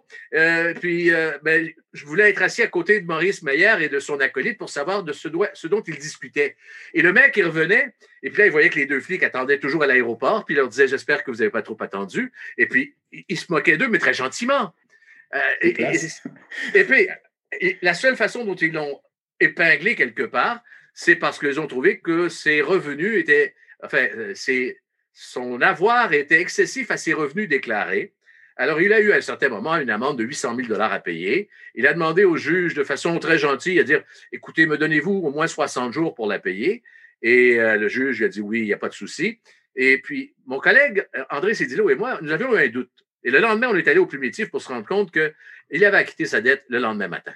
Je voulais être assis à côté de Maurice Meyer et de son acolyte pour savoir de ce dont ils discutaient. Et le mec, il revenait, et puis là, il voyait que les 2 flics attendaient toujours à l'aéroport, puis il leur disait, j'espère que vous n'avez pas trop attendu. Et puis, il se moquait d'eux, mais très gentiment. Et puis, la seule façon dont ils l'ont épinglé quelque part, c'est parce qu'ils ont trouvé que ses revenus étaient, son avoir était excessif à ses revenus déclarés. Alors, il a eu à un certain moment une amende de 800 000 $ à payer. Il a demandé au juge de façon très gentille à dire, écoutez, me donnez-vous au moins 60 jours pour la payer. Et le juge lui a dit, oui, il n'y a pas de souci. Et puis, mon collègue André Cédillo et moi, nous avions eu un doute. Et le lendemain, on est allé au primitif pour se rendre compte qu'il avait acquitté sa dette le lendemain matin.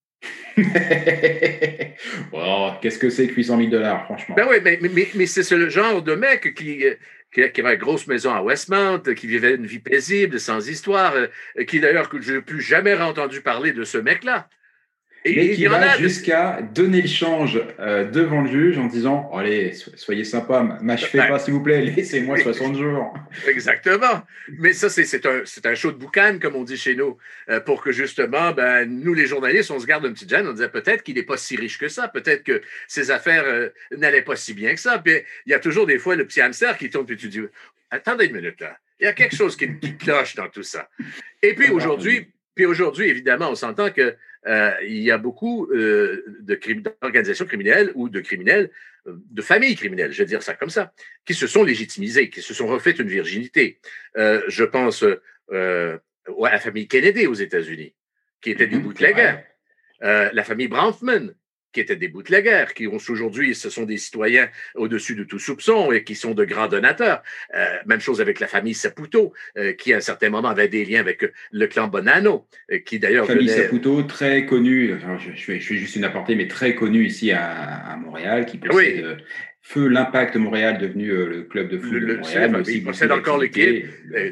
Oh, qu'est-ce que c'est que 800 000 $, franchement? Ben oui, mais c'est ce genre de mec qui avait une grosse maison à Westmount, qui vivait une vie paisible, sans histoire, qui d'ailleurs, que je n'ai plus jamais entendu parler de ce mec-là. Mais qui va jusqu'à donner le change devant le juge en disant « Allez, soyez sympa, m'achevez pas s'il vous plaît, laissez-moi 60 jours. » Exactement. Mais ça, c'est un show de boucan, comme on dit chez nous, pour que justement, nous, les journalistes, on se garde une petite gêne, on disait peut-être qu'il n'est pas si riche que ça, peut-être que ses affaires n'allaient pas si bien que ça. Puis il y a toujours des fois le petit hamster qui tourne, puis tu dis « Attendez une minute, là. Il y a quelque chose qui cloche dans tout ça. » Et puis aujourd'hui, évidemment, on s'entend que il y a beaucoup d'organisations criminelles ou de criminels, de familles criminelles, je vais dire ça comme ça, qui se sont légitimisés, qui se sont refait une virginité. Je pense à la famille Kennedy aux États-Unis, qui était des bootleggers. La famille Bronfman, qui étaient des bootleggers, qui aujourd'hui, ce sont des citoyens au-dessus de tout soupçon et qui sont de grands donateurs. Même chose avec la famille Saputo, qui à un certain moment avait des liens avec le clan Bonanno, qui d'ailleurs... Famille Saputo, très connue, je fais juste une aparté, mais très connue ici à Montréal, qui possède Feu l'Impact Montréal, devenu le club de foot de Montréal. Il possède encore l'équipe.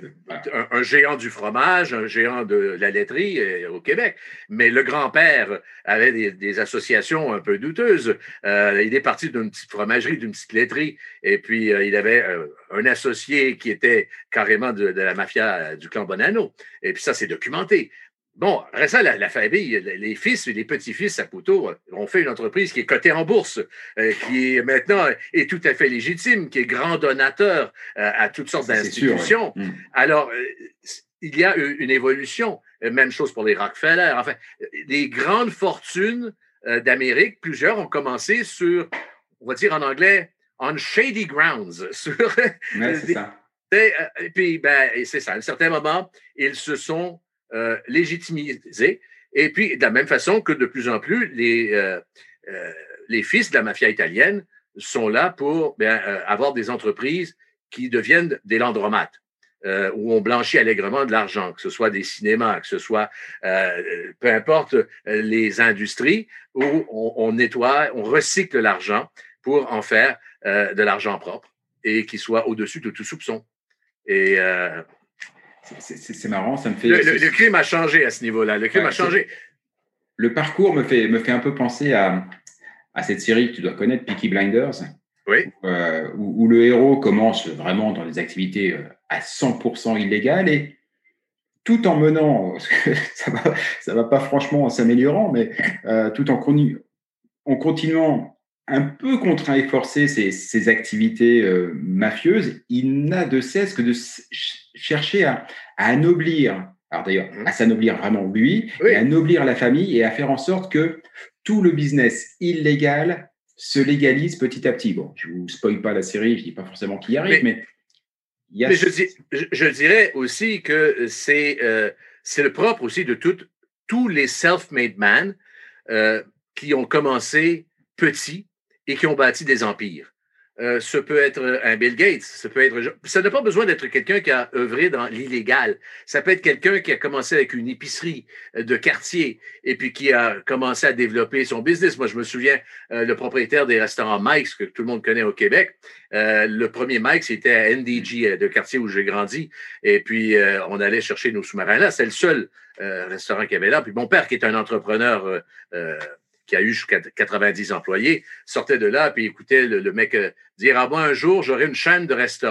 Un géant du fromage, un géant de la laiterie au Québec. Mais le grand-père avait des associations un peu douteuses. Il est parti d'une petite fromagerie, d'une petite laiterie. Et puis, il avait un associé qui était carrément de la mafia du clan Bonanno. Et puis ça, c'est documenté. Bon, après ça, la famille, les fils et les petits-fils Saputo ont fait une entreprise qui est cotée en bourse, qui est maintenant est tout à fait légitime, qui est grand donateur à toutes sortes d'institutions. Sûr, ouais. Alors, il y a une évolution. Même chose pour les Rockefeller. Enfin, les grandes fortunes d'Amérique, plusieurs ont commencé sur, on va dire en anglais, on shady grounds. C'est ça. Et puis, c'est ça. À un certain moment, ils se sont légitimisés. Et puis, de la même façon que de plus en plus, les fils de la mafia italienne sont là pour avoir des entreprises qui deviennent des landromates, où on blanchit allègrement de l'argent, que ce soit des cinémas, que ce soit, peu importe, les industries, où on nettoie, on recycle l'argent pour en faire de l'argent propre et qui soit au-dessus de tout soupçon. Et... c'est marrant, ça me fait... Le crime a changé à ce niveau-là. Le crime a changé. Le parcours me fait un peu penser à cette série que tu dois connaître, Peaky Blinders, où le héros commence vraiment dans des activités à 100% illégales et tout en menant, parce que ça va pas franchement en s'améliorant, mais tout en continuant un peu contraint et forcé ces activités mafieuses, il n'a de cesse que de chercher à anoblir, alors d'ailleurs, à s'anoblir vraiment lui, et à anoblir la famille et à faire en sorte que tout le business illégal se légalise petit à petit. Bon, je ne vous spoil pas la série, je ne dis pas forcément qu'il y arrive, mais il y a... Mais je dirais aussi que c'est le propre aussi de tous les self-made men qui ont commencé petits et qui ont bâti des empires. Ce peut être un Bill Gates, ça n'a pas besoin d'être quelqu'un qui a œuvré dans l'illégal. Ça peut être quelqu'un qui a commencé avec une épicerie de quartier et puis qui a commencé à développer son business. Moi, je me souviens, le propriétaire des restaurants Mike's, que tout le monde connaît au Québec, le premier Mike's, c'était à NDG, de quartier où j'ai grandi. Et puis, on allait chercher nos sous-marins là. C'est le seul restaurant qu'il y avait là. Puis mon père, qui est un entrepreneur qui a eu jusqu'à 90 employés, sortait de là puis écoutait le mec dire « Ah, moi, un jour, j'aurai une chaîne de restaurants. »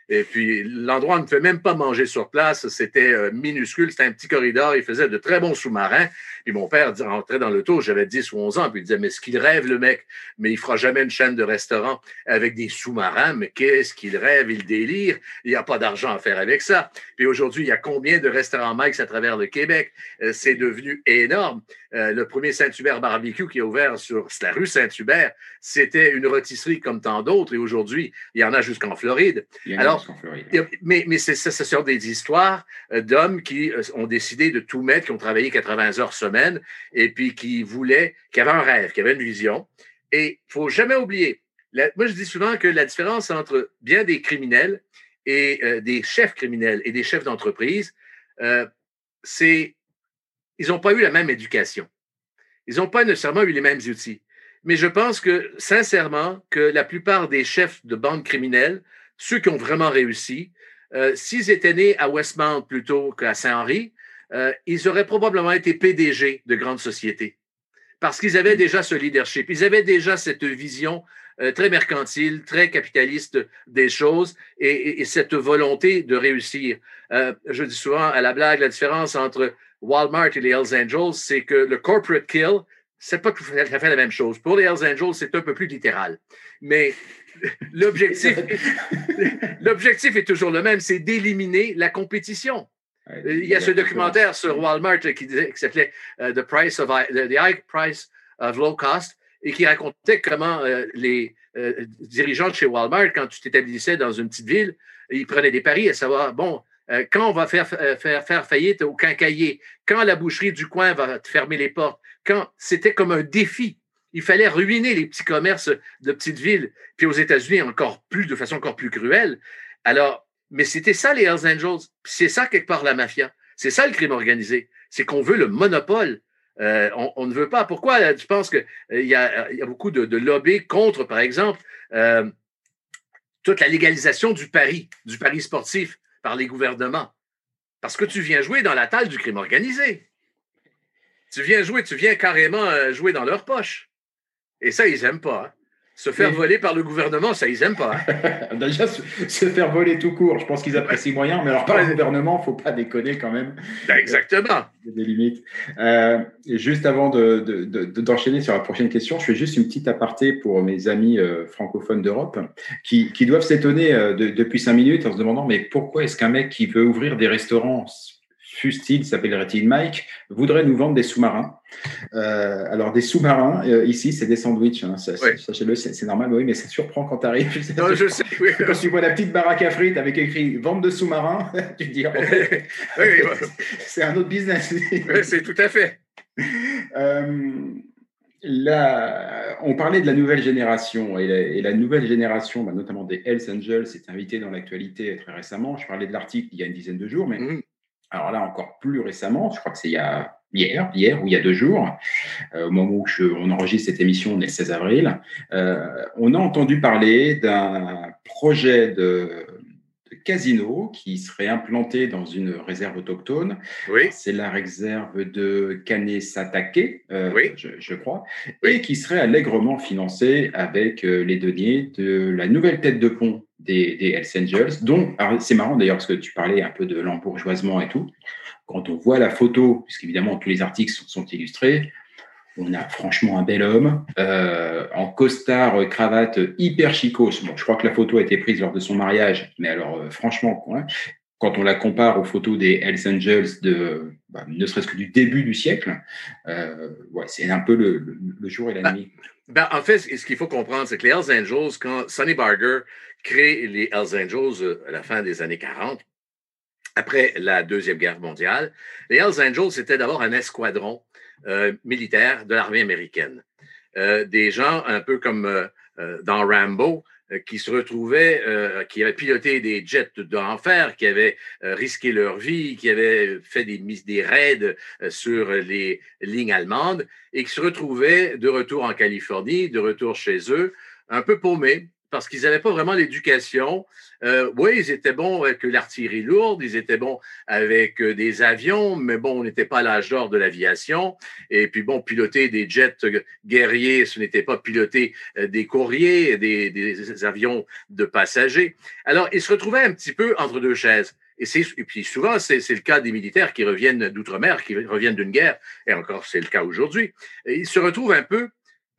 Et puis, l'endroit ne fait même pas manger sur place. C'était minuscule. C'était un petit corridor. Il faisait de très bons sous-marins. Puis mon père rentrait dans l'auto. J'avais 10 ou 11 ans. Puis il disait, mais ce qu'il rêve, le mec. Mais il fera jamais une chaîne de restaurants avec des sous-marins. Mais qu'est-ce qu'il rêve? Il délire. Il n'y a pas d'argent à faire avec ça. Puis aujourd'hui, il y a combien de restaurants Mike's à travers le Québec? C'est devenu énorme. Le premier Saint-Hubert Barbecue qui a ouvert sur la rue Saint-Hubert, c'était une rôtisserie comme tant d'autres. Et aujourd'hui, il y en a jusqu'en Floride. Alors, mais ce sont des histoires d'hommes qui ont décidé de tout mettre, qui ont travaillé 80 heures semaine et puis qui avaient un rêve, qui avaient une vision. Et il ne faut jamais oublier, moi je dis souvent que la différence entre bien des criminels et des chefs criminels et des chefs d'entreprise, c'est ils n'ont pas eu la même éducation. Ils n'ont pas nécessairement eu les mêmes outils. Mais je pense que, sincèrement, que la plupart des chefs de bandes criminelles, ceux qui ont vraiment réussi, s'ils étaient nés à Westmount plutôt qu'à Saint-Henri, ils auraient probablement été PDG de grandes sociétés. Parce qu'ils avaient déjà ce leadership. Ils avaient déjà cette vision très mercantile, très capitaliste des choses et cette volonté de réussir. Je dis souvent à la blague, la différence entre Walmart et les Hells Angels, c'est que le corporate kill, c'est pas tout à fait la même chose. Pour les Hells Angels, c'est un peu plus littéral. Mais l'objectif est toujours le même, c'est d'éliminer la compétition. Il y a ce documentaire sur Walmart qui s'appelait The High Price of Low Cost et qui racontait comment les dirigeants de chez Walmart, quand tu t'établissais dans une petite ville, ils prenaient des paris à savoir, bon, quand on va faire faillite au quincaillier, quand la boucherie du coin va fermer les portes, quand c'était comme un défi. Il fallait ruiner les petits commerces de petites villes. Puis aux États-Unis, de façon encore plus cruelle. Alors, mais c'était ça les Hells Angels. Puis c'est ça quelque part la mafia. C'est ça le crime organisé. C'est qu'on veut le monopole. On ne veut pas. Pourquoi tu penses qu'il y a beaucoup de lobbies contre, par exemple, toute la légalisation du pari sportif par les gouvernements? Parce que tu viens jouer dans la taille du crime organisé. Tu viens carrément jouer dans leur poche. Et ça, ils n'aiment pas. Hein. Se faire voler par le gouvernement, ça, ils n'aiment pas. Hein. Déjà, se faire voler tout court, je pense qu'ils apprécient moyen, mais alors par le gouvernement, il ne faut pas déconner quand même. Exactement. Il y a des limites. Juste avant d'enchaîner sur la prochaine question, je fais juste une petite aparté pour mes amis francophones d'Europe qui doivent s'étonner depuis 5 minutes en se demandant mais pourquoi est-ce qu'un mec qui veut ouvrir des restaurants fût-il, s'appellerait-il Mike, voudrait nous vendre des sous-marins. Alors, des sous-marins, ici, c'est des sandwichs. Hein, sachez-le, c'est normal, oui, mais ça surprend quand tu arrives. Non, je sais, oui. Quand tu vois la petite baraque à frites avec écrit « vente de sous-marins », tu te dis oh, c'est un autre business. Oui, c'est tout à fait. Là, on parlait de la nouvelle génération et la nouvelle génération, notamment des Hells Angels, s'est invitée dans l'actualité très récemment. Je parlais de l'article il y a une dizaine de jours, mais alors là, encore plus récemment, je crois que c'est hier ou il y a 2 jours, au moment où on enregistre cette émission, on est le 16 avril, on a entendu parler d'un projet de casino qui serait implanté dans une réserve autochtone. Oui. C'est la réserve de Kanesatake, oui. je crois, oui. Et qui serait allègrement financé avec les deniers de la nouvelle tête de pont des Hells Angels, dont, c'est marrant d'ailleurs parce que tu parlais un peu de l'embourgeoisement et tout, quand on voit la photo, puisqu'évidemment tous les articles sont illustrés, on a franchement un bel homme, en costard, cravate, hyper chicos. Bon, je crois que la photo a été prise lors de son mariage, mais alors franchement, quand on la compare aux photos des Hells Angels ne serait-ce que du début du siècle, c'est un peu le jour et la nuit. En fait, ce qu'il faut comprendre, c'est que les Hells Angels, quand Sonny Barger crée les Hells Angels à la fin des années 40, après la Deuxième Guerre mondiale, les Hells Angels, c'était d'abord un escadron militaire de l'armée américaine. Des gens un peu comme dans Rambo, qui se retrouvaient, qui avaient piloté des jets d'enfer, qui avaient risqué leur vie, qui avaient fait des raids sur les lignes allemandes et qui se retrouvaient de retour en Californie, de retour chez eux, un peu paumés, parce qu'ils n'avaient pas vraiment l'éducation. Oui, ils étaient bons avec l'artillerie lourde, ils étaient bons avec des avions, mais bon, on n'était pas à l'âge d'or de l'aviation. Et puis bon, piloter des jets guerriers, ce n'était pas piloter des courriers, des avions de passagers. Alors, ils se retrouvaient un petit peu entre deux chaises. Et puis souvent, c'est le cas des militaires qui reviennent d'outre-mer, qui reviennent d'une guerre, et encore c'est le cas aujourd'hui. Ils se retrouvent un peu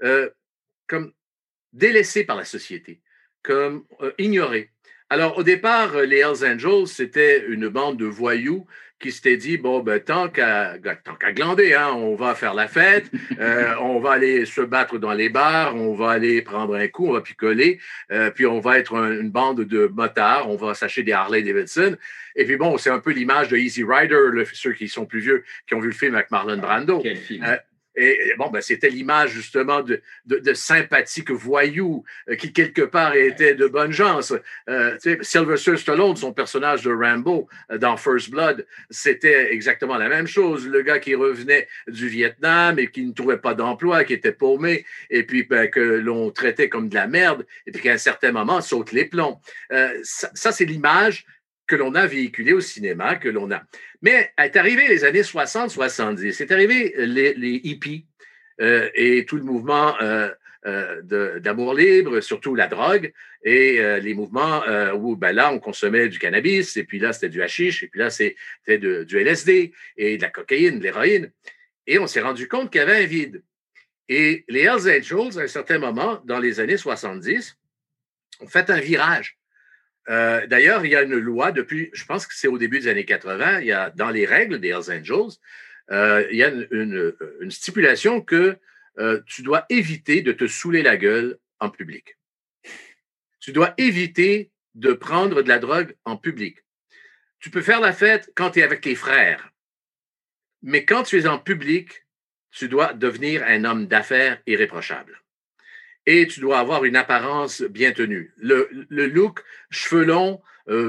comme délaissés par la société, comme ignorés. Alors, au départ, les Hells Angels, c'était une bande de voyous qui s'était dit, bon, ben, tant qu'à glander, hein, on va faire la fête, on va aller se battre dans les bars, on va aller prendre un coup, on va picoler, puis on va être une bande de motards, on va s'acheter des Harley Davidson. Et puis bon, c'est un peu l'image de Easy Rider, ceux qui sont plus vieux, qui ont vu le film avec Marlon Brando. Quel film? Et bon, ben, c'était l'image justement de sympathiques voyous qui, quelque part, étaient de bonne gens. Sylvester Stallone, son personnage de Rambo dans First Blood, c'était exactement la même chose. Le gars qui revenait du Vietnam et qui ne trouvait pas d'emploi, qui était paumé, et puis ben, que l'on traitait comme de la merde, et puis qu'à un certain moment, saute les plombs. Ça, c'est l'image que l'on a véhiculée au cinéma, que l'on a. Mais est arrivé les années 60-70, c'est arrivé les hippies et tout le mouvement d'amour libre, surtout la drogue, et les mouvements où ben là, on consommait du cannabis, et puis là, c'était du hashish, et puis là, c'était du LSD, et de la cocaïne, de l'héroïne. Et on s'est rendu compte qu'il y avait un vide. Et les Hells Angels, à un certain moment, dans les années 70, ont fait un virage. D'ailleurs, il y a une loi depuis, je pense que c'est au début des années 80, il y a dans les règles des Hells Angels, il y a une stipulation que tu dois éviter de te saouler la gueule en public. Tu dois éviter de prendre de la drogue en public. Tu peux faire la fête quand tu es avec tes frères, mais quand tu es en public, tu dois devenir un homme d'affaires irréprochable. Et tu dois avoir une apparence bien tenue. Le look, cheveux longs,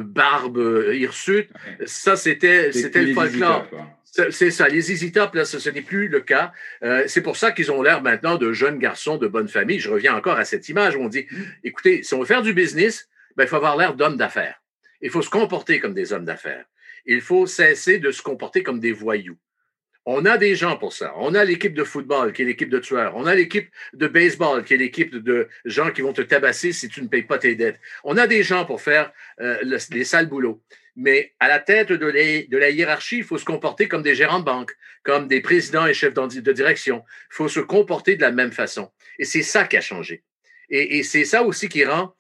barbe hirsute, ça, c'était le folklore. C'est ça, les ZZ Top, là, ce n'est plus le cas. C'est pour ça qu'ils ont l'air maintenant de jeunes garçons de bonne famille. Je reviens encore à cette image où on dit, écoutez, si on veut faire du business, ben, il faut avoir l'air d'hommes d'affaires. Il faut se comporter comme des hommes d'affaires. Il faut cesser de se comporter comme des voyous. On a des gens pour ça. On a l'équipe de football, qui est l'équipe de tueurs. On a l'équipe de baseball, qui est l'équipe de gens qui vont te tabasser si tu ne payes pas tes dettes. On a des gens pour faire les sales boulots. Mais à la tête de la hiérarchie, il faut se comporter comme des gérants de banque, comme des présidents et chefs de direction. Il faut se comporter de la même façon. Et c'est ça qui a changé. Et c'est ça aussi qui rend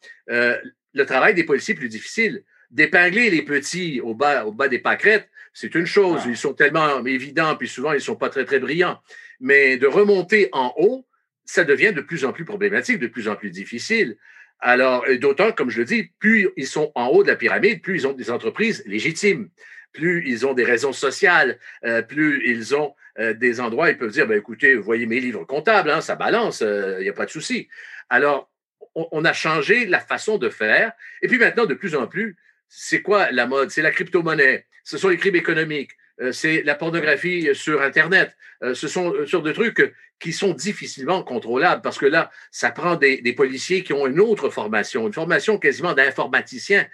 le travail des policiers plus difficile. D'épingler les petits au bas des pâquerettes, c'est une chose. Ils sont tellement évidents, puis souvent, ils ne sont pas très, très brillants. Mais de remonter en haut, ça devient de plus en plus problématique, de plus en plus difficile. Alors, d'autant, comme je le dis, plus ils sont en haut de la pyramide, plus ils ont des entreprises légitimes, plus ils ont des raisons sociales, plus ils ont des endroits où ils peuvent dire, ben, écoutez, voyez mes livres comptables, hein, ça balance, il n'y a pas de souci. Alors, on a changé la façon de faire. Et puis maintenant, de plus en plus, c'est quoi la mode? C'est la crypto-monnaie, ce sont les crimes économiques, c'est la pornographie sur Internet. Ce sont sur des trucs qui sont difficilement contrôlables parce que là, ça prend des policiers qui ont une autre formation, une formation quasiment d'informaticien,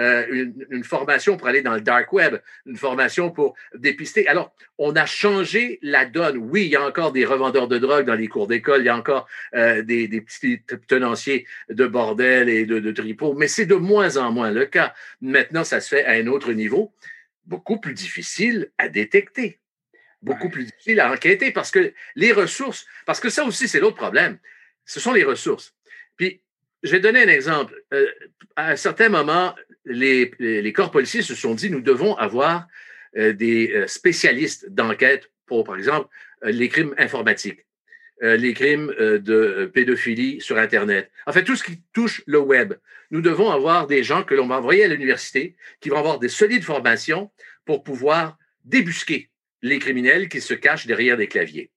une formation pour aller dans le dark web, une formation pour dépister. Alors, on a changé la donne. Oui, il y a encore des revendeurs de drogue dans les cours d'école, il y a encore des petits tenanciers de bordel et de tripots, mais c'est de moins en moins le cas. Maintenant, ça se fait à un autre niveau, beaucoup plus difficile à détecter, beaucoup plus difficile à enquêter parce que les ressources, parce que ça aussi, c'est l'autre problème, ce sont les ressources. Puis, je vais donner un exemple. À un certain moment, les corps policiers se sont dit, nous devons avoir des spécialistes d'enquête pour, par exemple, les crimes informatiques, les crimes de pédophilie sur Internet. En fait, tout ce qui touche le web. Nous devons avoir des gens que l'on va envoyer à l'université qui vont avoir des solides formations pour pouvoir débusquer les criminels qui se cachent derrière des claviers.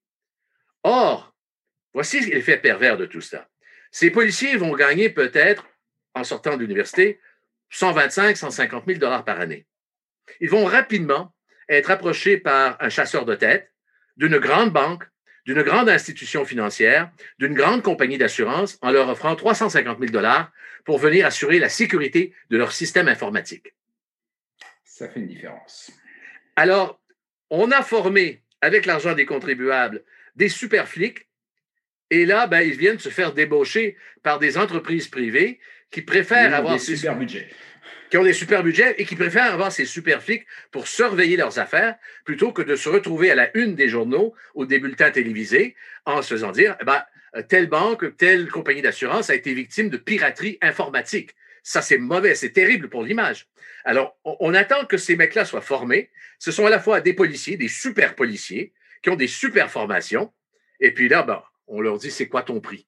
Or, voici l'effet pervers de tout ça. Ces policiers vont gagner peut-être, en sortant de l'université, 125 150 000 $ par année. Ils vont rapidement être approchés par un chasseur de tête, d'une grande banque, d'une grande institution financière, d'une grande compagnie d'assurance, en leur offrant 350 000 $ pour venir assurer la sécurité de leur système informatique. Ça fait une différence. Alors, on a formé, avec l'argent des contribuables, des super flics, et là, ben, ils viennent se faire débaucher par des entreprises privées qui préfèrent avoir des super budgets. Qui ont des super budgets et qui préfèrent avoir ces super flics pour surveiller leurs affaires plutôt que de se retrouver à la une des journaux ou des bulletins télévisés en se faisant dire, telle banque, telle compagnie d'assurance a été victime de piraterie informatique. Ça, c'est mauvais, c'est terrible pour l'image. Alors, on attend que ces mecs-là soient formés. Ce sont à la fois des policiers, des super policiers, qui ont des super formations. Et puis là, on leur dit, c'est quoi ton prix?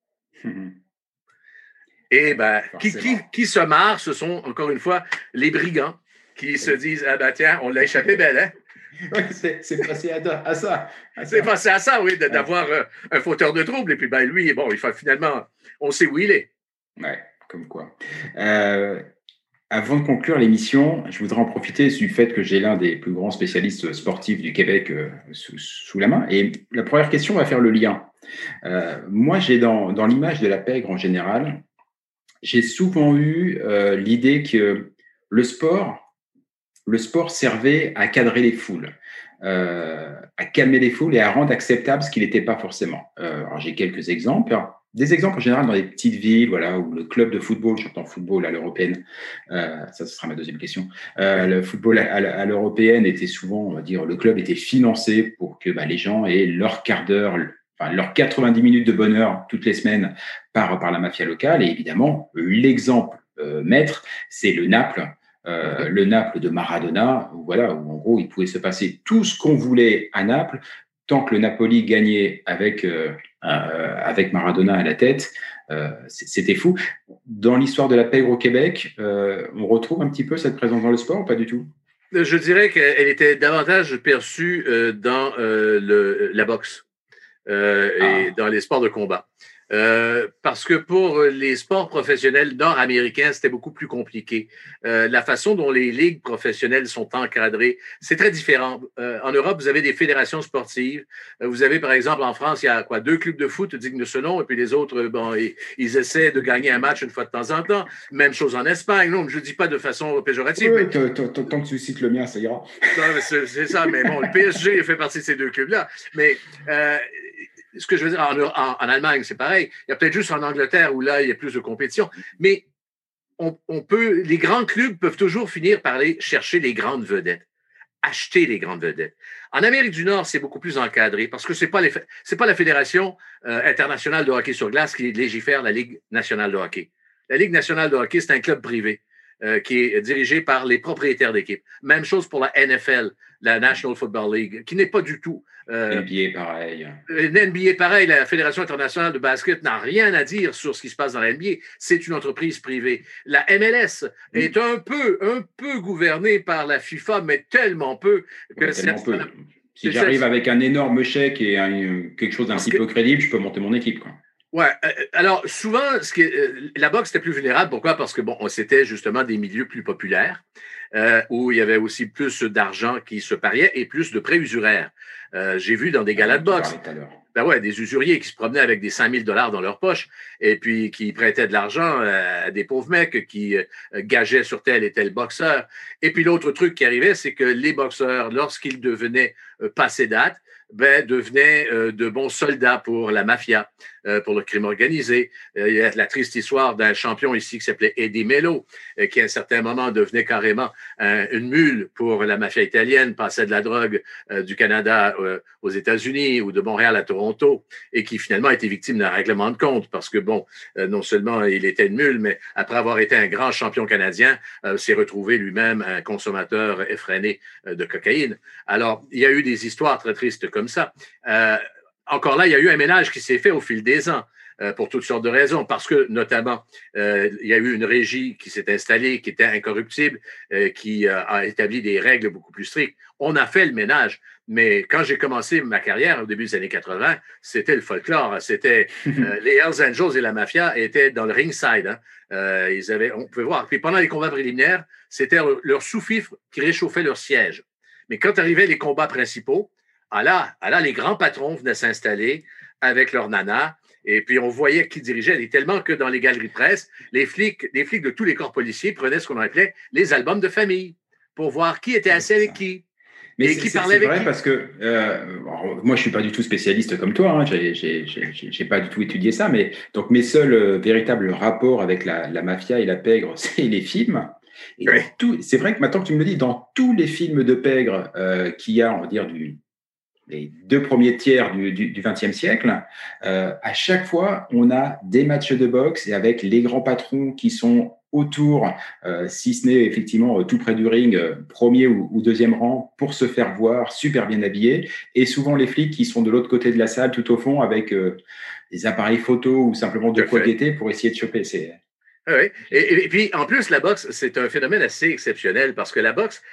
Et qui se marre, ce sont, encore une fois, les brigands qui se disent, tiens, on l'a échappé belle, hein? Oui, c'est passé à ça. C'est passé à ça, oui, d'avoir un fauteur de trouble. Et puis, lui, il faut finalement, on sait où il est. Ouais, comme quoi. Avant de conclure l'émission, je voudrais en profiter du fait que j'ai l'un des plus grands spécialistes sportifs du Québec sous la main. Et la première question va faire le lien. Moi, j'ai dans l'image de la pègre en général, j'ai souvent eu l'idée que le sport servait à cadrer les foules, à calmer les foules et à rendre acceptable ce qui n'était pas forcément. Alors j'ai quelques exemples. Des exemples en général dans des petites villes, voilà, où le club de football, j'entends football à l'européenne, ça ce sera ma deuxième question. Le football à l'européenne était souvent, on va dire, le club était financé pour que les gens aient leur quart d'heure, leurs 90 minutes de bonheur toutes les semaines par la mafia locale. Et évidemment, l'exemple maître, c'est le Naples de Maradona, où en gros, il pouvait se passer tout ce qu'on voulait à Naples, tant que le Napoli gagnait avec Maradona à la tête. C'était fou. Dans l'histoire de la pègre au Québec, on retrouve un petit peu cette présence dans le sport ou pas du tout? Je dirais qu'elle était davantage perçue dans la boxe. Et dans les sports de combat. Parce que pour les sports professionnels nord-américains, c'était beaucoup plus compliqué. La façon dont les ligues professionnelles sont encadrées, c'est très différent. En Europe, vous avez des fédérations sportives. Vous avez, par exemple, en France, il y a 2 clubs de foot dignes de ce nom, et puis les autres, ils essaient de gagner un match une fois de temps en temps. Même chose en Espagne. Non, je ne dis pas de façon péjorative. Oui, tant que tu cites le mien, ça ira. C'est ça, mais bon, le PSG fait partie de ces 2 clubs-là. Mais ce que je veux dire, en Allemagne, c'est pareil. Il y a peut-être juste en Angleterre où là, il y a plus de compétition. Mais les grands clubs peuvent toujours finir par aller chercher les grandes vedettes, acheter les grandes vedettes. En Amérique du Nord, c'est beaucoup plus encadré parce que c'est pas la Fédération internationale de hockey sur glace qui légifère la Ligue nationale de hockey. La Ligue nationale de hockey, c'est un club privé qui est dirigé par les propriétaires d'équipes. Même chose pour la NFL, la National Football League, qui n'est pas du tout... NBA, pareil. NBA, pareil. La Fédération internationale de basket n'a rien à dire sur ce qui se passe dans la NBA. C'est une entreprise privée. La MLS est un peu gouvernée par la FIFA, mais tellement peu que tellement peu. Si j'arrive avec un énorme chèque et quelque chose d'un petit peu crédible, je peux monter mon équipe, quoi. Ouais. Alors, souvent, la boxe était plus vulnérable. Pourquoi? Parce que, c'était justement des milieux plus populaires où il y avait aussi plus d'argent qui se pariait et plus de prêts usuraires. J'ai vu dans des galas de boxe, des usuriers qui se promenaient avec des 5 000 $ dans leur poche et puis qui prêtaient de l'argent à des pauvres mecs qui gageaient sur tel et tel boxeur. Et puis, l'autre truc qui arrivait, c'est que les boxeurs, lorsqu'ils devenaient passés date, devenaient de bons soldats pour la mafia, pour le crime organisé. Il y a la triste histoire d'un champion ici qui s'appelait Eddie Mello, qui à un certain moment devenait carrément une mule pour la mafia italienne, passait de la drogue du Canada aux États-Unis ou de Montréal à Toronto, et qui finalement a été victime d'un règlement de compte parce que, non seulement il était une mule, mais après avoir été un grand champion canadien, s'est retrouvé lui-même un consommateur effréné de cocaïne. Alors, il y a eu des histoires très tristes comme ça. Encore là, il y a eu un ménage qui s'est fait au fil des ans pour toutes sortes de raisons, parce que notamment, il y a eu une régie qui s'est installée, qui était incorruptible, qui a établi des règles beaucoup plus strictes. On a fait le ménage, mais quand j'ai commencé ma carrière au début des années 80, c'était le folklore. C'était les Hells Angels et la mafia étaient dans le ringside. On pouvait voir. Puis pendant les combats préliminaires, c'était leur sous-fifre qui réchauffait leur siège. Mais quand arrivaient les combats principaux, les grands patrons venaient s'installer avec leur nana. Et puis, on voyait qui dirigeait. Et tellement que dans les galeries de presse, les flics de tous les corps policiers prenaient ce qu'on appelait les albums de famille pour voir qui était assis avec qui. Mais et qui parlait avec vrai qui. Parce que moi, je suis pas du tout spécialiste comme toi. Hein, j'ai pas du tout étudié ça. Mais donc, mes seuls véritables rapports avec la mafia et la pègre, c'est les films. Et c'est vrai que maintenant que tu me le dis, dans tous les films de pègre qu'il y a, on va dire, les 2 premiers tiers du XXe siècle, à chaque fois, on a des matchs de boxe et avec les grands patrons qui sont autour, si ce n'est effectivement tout près du ring, premier ou deuxième rang, pour se faire voir, super bien habillés, et souvent les flics qui sont de l'autre côté de la salle, tout au fond, avec des appareils photo ou simplement de quoi guetter pour essayer de choper. Oui. Et puis, en plus, la boxe, c'est un phénomène assez exceptionnel parce que la boxe,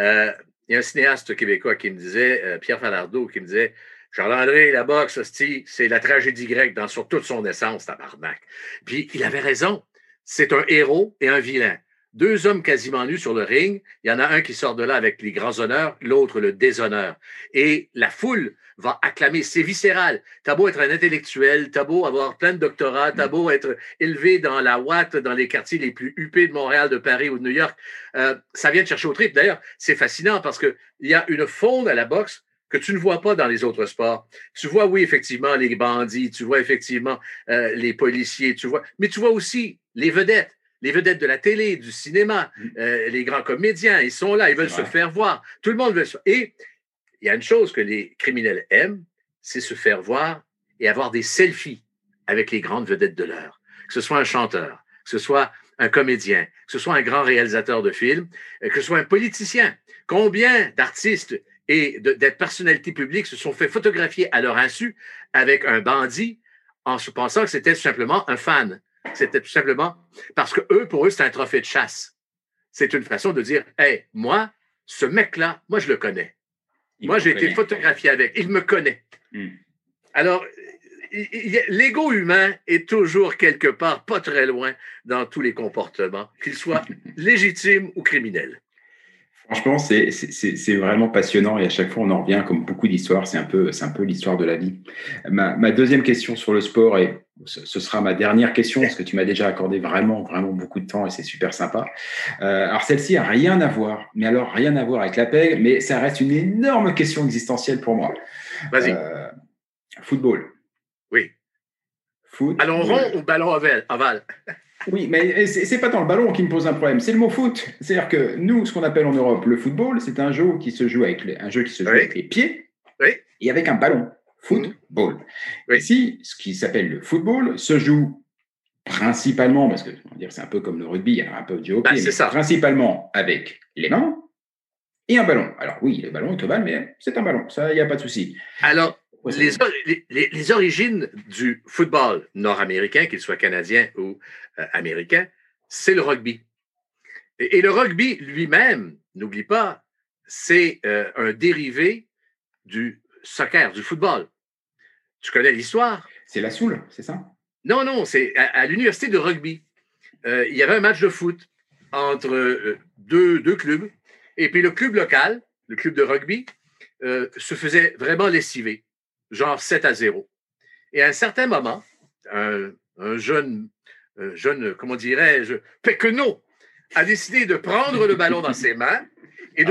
il y a un cinéaste québécois qui me disait, Pierre Falardeau, qui me disait, Charles-André, la boxe, c'est la tragédie grecque sur toute son essence, tabarnak. Puis, il avait raison. C'est un héros et un vilain. 2 hommes quasiment nus sur le ring. Il y en a un qui sort de là avec les grands honneurs, l'autre le déshonneur. Et la foule va acclamer. C'est viscéral. T'as beau être un intellectuel, t'as beau avoir plein de doctorats, t'as beau être élevé dans la ouate, dans les quartiers les plus huppés de Montréal, de Paris ou de New York, ça vient te chercher au trip. D'ailleurs, c'est fascinant parce qu'il y a une faune à la boxe que tu ne vois pas dans les autres sports. Tu vois, oui, effectivement, les bandits, tu vois effectivement les policiers, mais tu vois aussi les vedettes de la télé, du cinéma, les grands comédiens, ils sont là, ils veulent se faire voir. Tout le monde veut se... Et il y a une chose que les criminels aiment, c'est se faire voir et avoir des selfies avec les grandes vedettes de l'heure. Que ce soit un chanteur, que ce soit un comédien, que ce soit un grand réalisateur de films, que ce soit un politicien. Combien d'artistes et de personnalités publiques se sont fait photographier à leur insu avec un bandit en se pensant que c'était tout simplement un fan. C'était tout simplement parce que pour eux, c'est un trophée de chasse. C'est une façon de dire, hey, moi, ce mec-là, moi, je le connais. Moi, j'ai été photographié avec. Il me connaît. Alors, l'ego humain est toujours quelque part pas très loin dans tous les comportements, qu'ils soient légitimes ou criminels. Franchement, c'est vraiment passionnant et à chaque fois, on en revient comme beaucoup d'histoires. C'est un peu l'histoire de la vie. Ma deuxième question sur le sport, et ce sera ma dernière question parce que tu m'as déjà accordé vraiment, vraiment beaucoup de temps et c'est super sympa. Alors, celle-ci a rien à voir, mais alors rien à voir avec la pègre, mais ça reste une énorme question existentielle pour moi. Vas-y. Football. Oui. Foot. Ballon rond ou ballon ovale? Oui, mais c'est pas tant le ballon qui me pose un problème, c'est le mot foot. C'est-à-dire que nous, ce qu'on appelle en Europe le football, c'est un jeu qui se joue avec les pieds et avec un ballon. Football. Oui. Ici, ce qui s'appelle le football se joue principalement, parce que on va dire, c'est un peu comme le rugby, il y a un peu du hockey, mais principalement avec les mains et un ballon. Alors oui, le ballon est ovale, mais c'est un ballon, ça, il n'y a pas de souci. Alors, les origines du football nord-américain, qu'il soit canadien ou américain, c'est le rugby. Et le rugby lui-même, n'oublie pas, c'est un dérivé du soccer, du football. Tu connais l'histoire? C'est la Soule, c'est ça? Non, c'est à l'université de rugby. Il y avait un match de foot entre deux clubs. Et puis le club local, le club de rugby, se faisait vraiment lessiver, genre 7-0. Et à un certain moment, un jeune, comment dirais-je, Péquenot a décidé de prendre le ballon dans ses mains et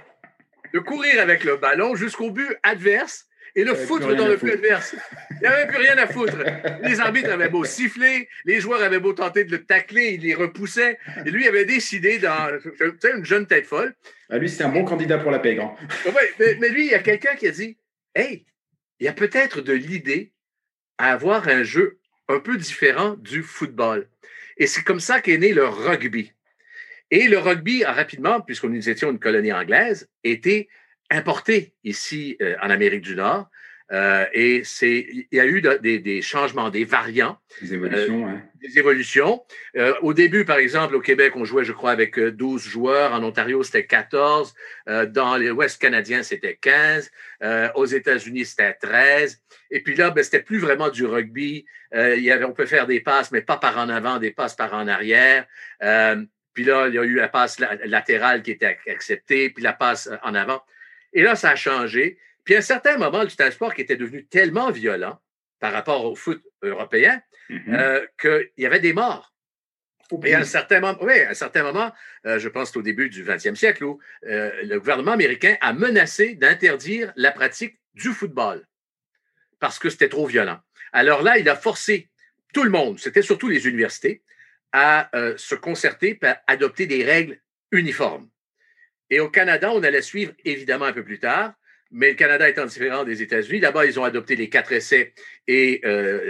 de courir avec le ballon jusqu'au but adverse et le foutre dans le but adverse. Il n'y avait plus rien à foutre. Les arbitres avaient beau siffler, les joueurs avaient beau tenter de le tacler, ils les repoussaient. Et lui avait décidé, une jeune tête folle. Lui, c'est un bon candidat pour la pègre. Mais lui, il y a quelqu'un qui a dit, hey, il y a peut-être de l'idée à avoir un jeu un peu différent du football. Et c'est comme ça qu'est né le rugby. Et le rugby a rapidement, puisqu'on nous étions une colonie anglaise, été importé ici en Amérique du Nord. Et il y a eu des changements, des variants. Des évolutions, Des évolutions. Au début, par exemple, au Québec, on jouait, je crois, avec 12 joueurs. En Ontario, c'était 14. Dans l'Ouest canadien, c'était 15. Aux États-Unis, c'était 13. Et puis là, c'était plus vraiment du rugby. On peut faire des passes, mais pas par en avant, des passes par en arrière. Puis là, il y a eu la passe latérale qui était acceptée, puis la passe en avant. Et là, ça a changé. Puis à un certain moment, c'est un sport qui était devenu tellement violent par rapport au foot européen qu'il y avait des morts. Et à un certain moment, je pense au début du 20e siècle, où le gouvernement américain a menacé d'interdire la pratique du football parce que c'était trop violent. Alors là, il a forcé tout le monde, c'était surtout les universités, à se concerter et à adopter des règles uniformes. Et au Canada, on allait suivre évidemment un peu plus tard, mais le Canada étant différent des États-Unis, d'abord, ils ont adopté les 4 essais et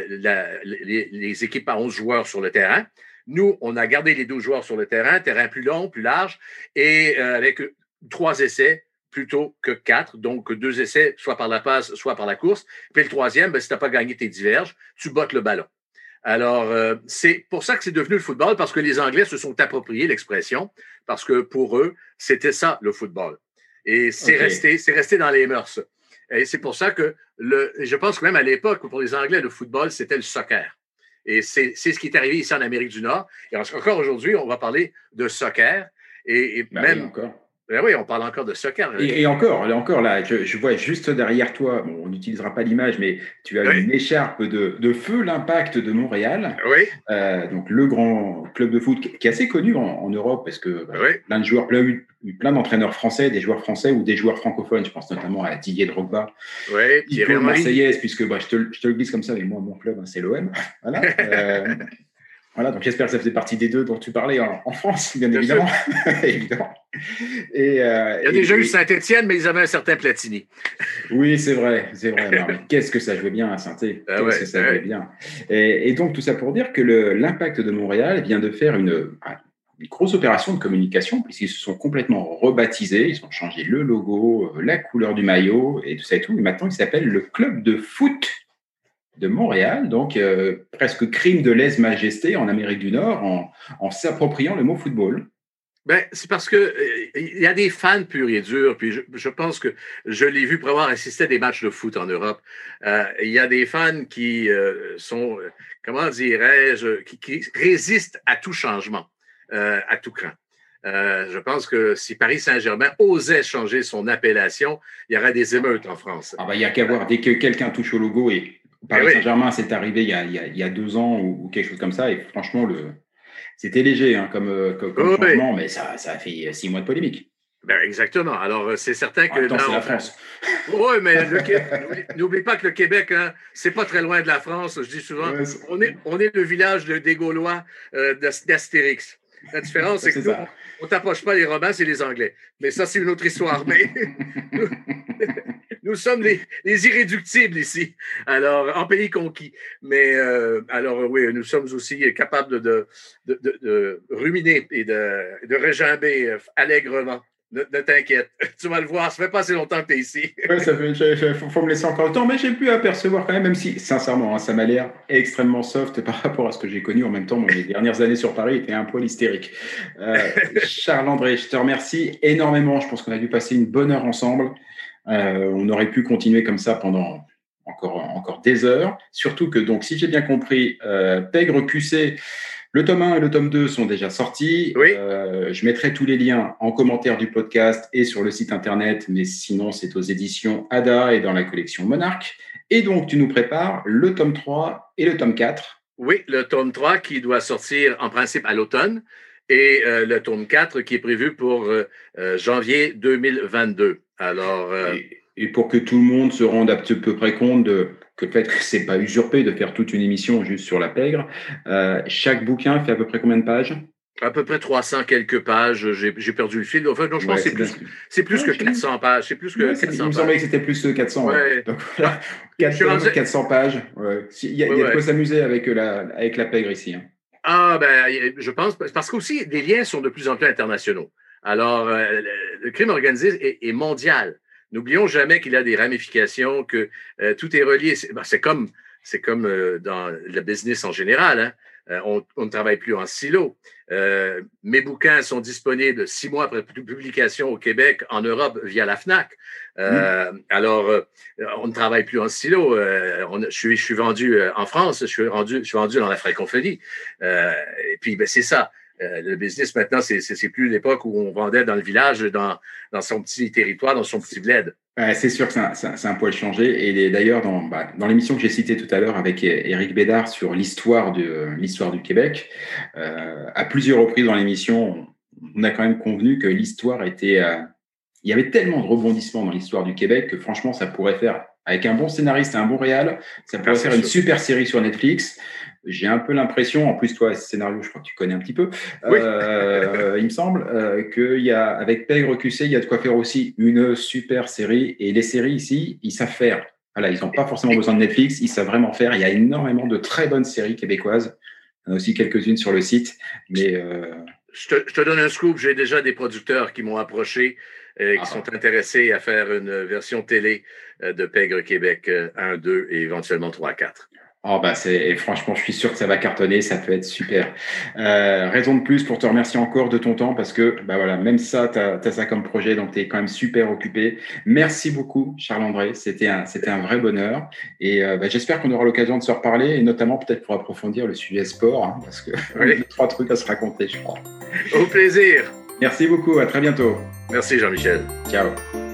les équipes à 11 joueurs sur le terrain. Nous, on a gardé les 12 joueurs sur le terrain plus long, plus large, et avec 3 essais plutôt que 4, donc 2 essais, soit par la passe, soit par la course. Puis le 3e, si tu n'as pas gagné tes diverges, tu bottes le ballon. Alors, c'est pour ça que c'est devenu le football, parce que les Anglais se sont appropriés l'expression, parce que pour eux, c'était ça, le football. Et c'est resté dans les mœurs. Et c'est pour ça que, je pense que même à l'époque, pour les Anglais, le football, c'était le soccer. Et c'est ce qui est arrivé ici en Amérique du Nord. Et encore aujourd'hui, on va parler de soccer. Et même... Oui, encore. Ben oui, on parle encore de soccer. Et encore, là, je vois juste derrière toi, bon, on n'utilisera pas l'image, mais tu as une écharpe de feu l'Impact de Montréal. Oui. Donc, le grand club de foot qui est assez connu en Europe parce que plein de joueurs, plein d'entraîneurs français, des joueurs français ou des joueurs francophones. Je pense notamment à Didier Drogba. Oui, Thierry Marseillaise, puisque je te le glisse comme ça, mais moi, mon club, c'est l'OM. Voilà. Voilà, donc j'espère que ça faisait partie des 2 dont tu parlais en France, bien évidemment. Évidemment. Il y a déjà eu Saint-Étienne, mais ils avaient un certain Platini. Oui, c'est vrai. Non, mais qu'est-ce que ça jouait bien à Saint-Étienne. Qu'est-ce que ça jouait bien. Et donc, tout ça pour dire que l'Impact de Montréal vient de faire une grosse opération de communication, puisqu'ils se sont complètement rebaptisés, ils ont changé le logo, la couleur du maillot, et tout ça et tout. Et maintenant, ils s'appellent le Club de foot de Montréal, donc presque crime de lèse-majesté en Amérique du Nord en s'appropriant le mot football. Ben, c'est parce que il y a des fans purs et durs, puis je pense que je l'ai vu pour avoir assisté à des matchs de foot en Europe. Il y a des fans qui sont, comment dirais-je, qui résistent à tout changement, à tout cran. Je pense que si Paris Saint-Germain osait changer son appellation, il y aurait des émeutes en France. Il n'y a qu'à voir, dès que quelqu'un touche au logo et Paris Saint-Germain, c'est arrivé il y a 2 ans ou quelque chose comme ça. Et franchement, c'était léger comme changement, mais ça a fait 6 mois de polémique. Ben exactement. Alors, c'est certain que... c'est la France. Oui, mais n'oublie pas que le Québec, c'est pas très loin de la France. Je dis souvent, on est le village des Gaulois d'Astérix. La différence, c'est que nous, on ne t'approche pas les Romains, c'est les Anglais. Mais ça, c'est une autre histoire. Mais nous sommes les irréductibles ici, alors en pays conquis. Mais alors oui, nous sommes aussi capables de ruminer et de régimber allègrement. Ne t'inquiète, tu vas le voir, ça fait pas assez longtemps que tu es ici. Ouais, faut me laisser encore le temps, mais j'ai pu apercevoir quand même si, sincèrement, ça m'a l'air extrêmement soft par rapport à ce que j'ai connu. En même temps, les dernières années sur Paris étaient un poil hystériques. Charles-André, je te remercie énormément. Je pense qu'on a dû passer une bonne heure ensemble. On aurait pu continuer comme ça pendant encore des heures. Surtout que, donc, si j'ai bien compris, Pègre QC, le tome 1 et le tome 2 sont déjà sortis. Oui. Je mettrai tous les liens en commentaire du podcast et sur le site internet, mais sinon, c'est aux éditions Ada et dans la collection Monarque. Et donc, tu nous prépares le tome 3 et le tome 4. Oui, le tome 3 qui doit sortir en principe à l'automne et le tome 4 qui est prévu pour janvier 2022. Alors, et pour que tout le monde se rende à peu près compte que le fait que c'est pas usurpé de faire toute une émission juste sur la pègre, chaque bouquin fait à peu près combien de pages ? À peu près 300 quelques pages. J'ai perdu le fil. Enfin, non, je pense que c'est plus que 400 pages. C'est plus que 400 pages. Il me semblait que c'était plus que 400. Ouais. Donc voilà, 400 pages. Ouais. Il y a de quoi s'amuser avec la pègre ici. Hein. Ah, ben, je pense, parce qu'aussi, les liens sont de plus en plus internationaux. Alors, le crime organisé est mondial. N'oublions jamais qu'il y a des ramifications, que tout est relié. C'est comme dans le business en général. Hein. On ne travaille plus en silo. Mes bouquins sont disponibles 6 mois après publication au Québec, en Europe, via la FNAC. Alors, on ne travaille plus en silo. Je suis vendu en France, je suis vendu dans la francophonie. Et puis, c'est ça. Le business, maintenant, c'est plus l'époque où on vendait dans le village, dans son petit territoire, dans son petit bled. C'est sûr que c'est un poil changé. Et d'ailleurs, dans l'émission que j'ai citée tout à l'heure avec Éric Bédard sur l'histoire du Québec, à plusieurs reprises dans l'émission, on a quand même convenu que l'histoire était... il y avait tellement de rebondissements dans l'histoire du Québec que franchement, ça pourrait faire, avec un bon scénariste et un bon réal, ça pourrait faire une super série sur Netflix. J'ai un peu l'impression, en plus toi, ce scénario, je crois que tu connais un petit peu, oui. Il me semble qu'il y a, avec Pègre QC, il y a de quoi faire aussi une super série. Et les séries ici, ils savent faire. Voilà, ils n'ont pas forcément besoin de Netflix, ils savent vraiment faire. Il y a énormément de très bonnes séries québécoises. Il y en a aussi quelques-unes sur le site. Mais je te donne un scoop, j'ai déjà des producteurs qui m'ont approché qui sont intéressés à faire une version télé de Pègre Québec 1, 2 et éventuellement 3, 4. Franchement, je suis sûr que ça va cartonner, ça peut être super. Raison de plus pour te remercier encore de ton temps parce que même ça, tu as ça comme projet, donc tu es quand même super occupé. Merci beaucoup, Charles-André, c'était un vrai bonheur. Et j'espère qu'on aura l'occasion de se reparler et notamment peut-être pour approfondir le sujet sport, parce que oui. On a 3 trucs à se raconter, je crois. Au plaisir. Merci beaucoup, à très bientôt. Merci Jean-Michel. Ciao.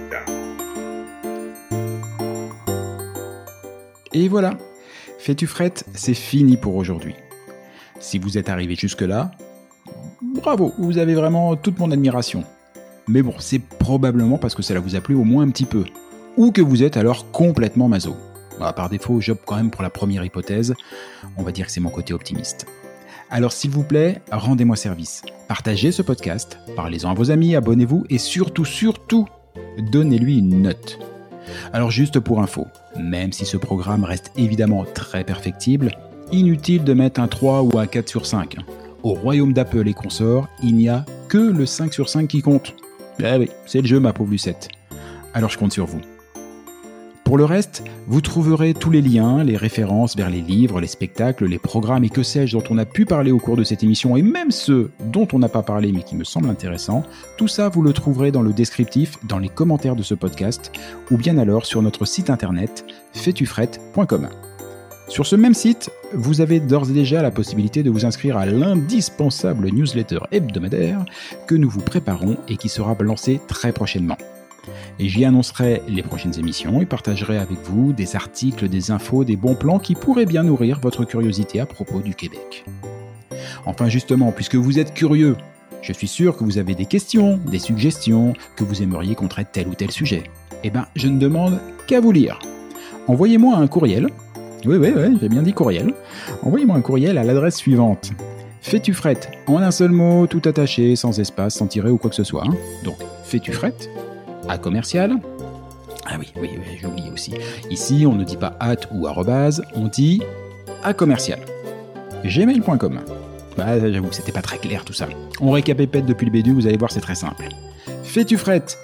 Et voilà. Fais-tu frette, c'est fini pour aujourd'hui. Si vous êtes arrivé jusque-là, bravo, vous avez vraiment toute mon admiration. Mais bon, c'est probablement parce que cela vous a plu au moins un petit peu. Ou que vous êtes alors complètement maso. Par défaut, j'opte quand même pour la première hypothèse. On va dire que c'est mon côté optimiste. Alors s'il vous plaît, rendez-moi service. Partagez ce podcast, parlez-en à vos amis, abonnez-vous et surtout, donnez-lui une note. Alors juste pour info, même si ce programme reste évidemment très perfectible, inutile de mettre un 3 ou un 4 sur 5. Au royaume d'Apple et consorts, il n'y a que le 5 sur 5 qui compte. Eh oui, c'est le jeu ma pauvre Lucette. Alors je compte sur vous. Pour le reste, vous trouverez tous les liens, les références vers les livres, les spectacles, les programmes et que sais-je dont on a pu parler au cours de cette émission et même ceux dont on n'a pas parlé mais qui me semblent intéressants. Tout ça, vous le trouverez dans le descriptif, dans les commentaires de ce podcast ou bien alors sur notre site internet faitufrette.com. Sur ce même site, vous avez d'ores et déjà la possibilité de vous inscrire à l'indispensable newsletter hebdomadaire que nous vous préparons et qui sera lancé très prochainement. Et j'y annoncerai les prochaines émissions et partagerai avec vous des articles, des infos, des bons plans qui pourraient bien nourrir votre curiosité à propos du Québec. Enfin justement, puisque vous êtes curieux, je suis sûr que vous avez des questions, des suggestions, que vous aimeriez qu'on traite tel ou tel sujet. Eh ben, je ne demande qu'à vous lire. Envoyez-moi un courriel. Oui, j'ai bien dit courriel. Envoyez-moi un courriel à l'adresse suivante. Fais-tu frette, en un seul mot, tout attaché, sans espace, sans tiret ou quoi que ce soit. Donc, fais-tu frette à commercial. Ah oui, j'ai oublié aussi. Ici, on ne dit pas @ ou arrobase, on dit à commercial. gmail.com. J'avoue, c'était pas très clair tout ça. On récapépète depuis le début, vous allez voir, c'est très simple. Fais-tu frette,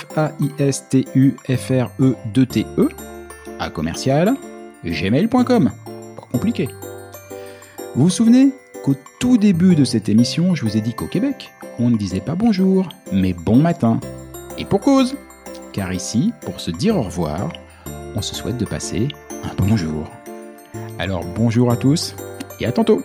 FAISTUFRE2TE, à commercial, gmail.com. Pas compliqué. Vous vous souvenez qu'au tout début de cette émission, je vous ai dit qu'au Québec, on ne disait pas bonjour, mais bon matin. Et pour cause, car ici, pour se dire au revoir, on se souhaite de passer un bonjour. Alors bonjour à tous et à tantôt.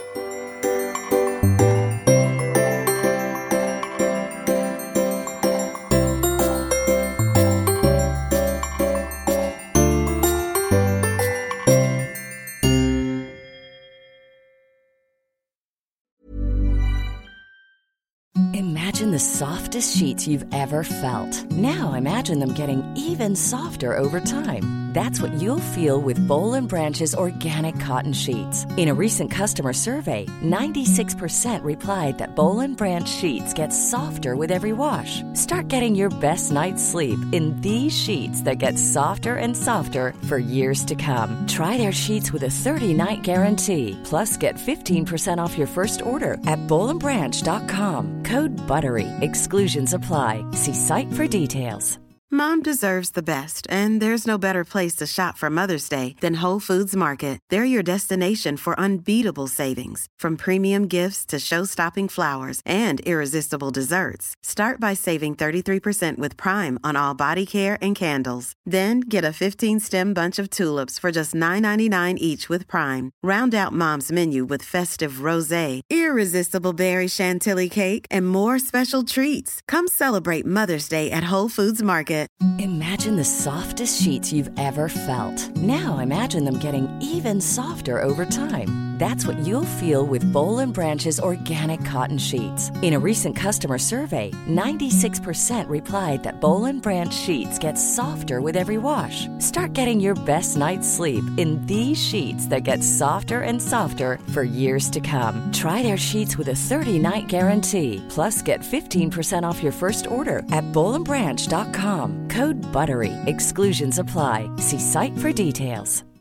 Imagine the softest sheets you've ever felt. Now imagine them getting even softer over time. That's what you'll feel with Boll & Branch's organic cotton sheets. In a recent customer survey, 96% replied that Boll & Branch sheets get softer with every wash. Start getting your best night's sleep in these sheets that get softer and softer for years to come. Try their sheets with a 30-night guarantee. Plus, get 15% off your first order at bollandbranch.com. Code BUTTERY. Exclusions apply. See site for details. Mom deserves the best, and there's no better place to shop for Mother's Day than Whole Foods Market. They're your destination for unbeatable savings, from premium gifts to show-stopping flowers and irresistible desserts. Start by saving 33% with Prime on all body care and candles. Then get a 15-stem bunch of tulips for just $9.99 each with Prime. Round out Mom's menu with festive rosé, irresistible berry chantilly cake, and more special treats. Come celebrate Mother's Day at Whole Foods Market. Imagine the softest sheets you've ever felt. Now imagine them getting even softer over time. That's what you'll feel with Boll & Branch's organic cotton sheets. In a recent customer survey, 96% replied that Boll & Branch sheets get softer with every wash. Start getting your best night's sleep in these sheets that get softer and softer for years to come. Try their sheets with a 30-night guarantee. Plus, get 15% off your first order at bollandbranch.com. Code BUTTERY. Exclusions apply. See site for details.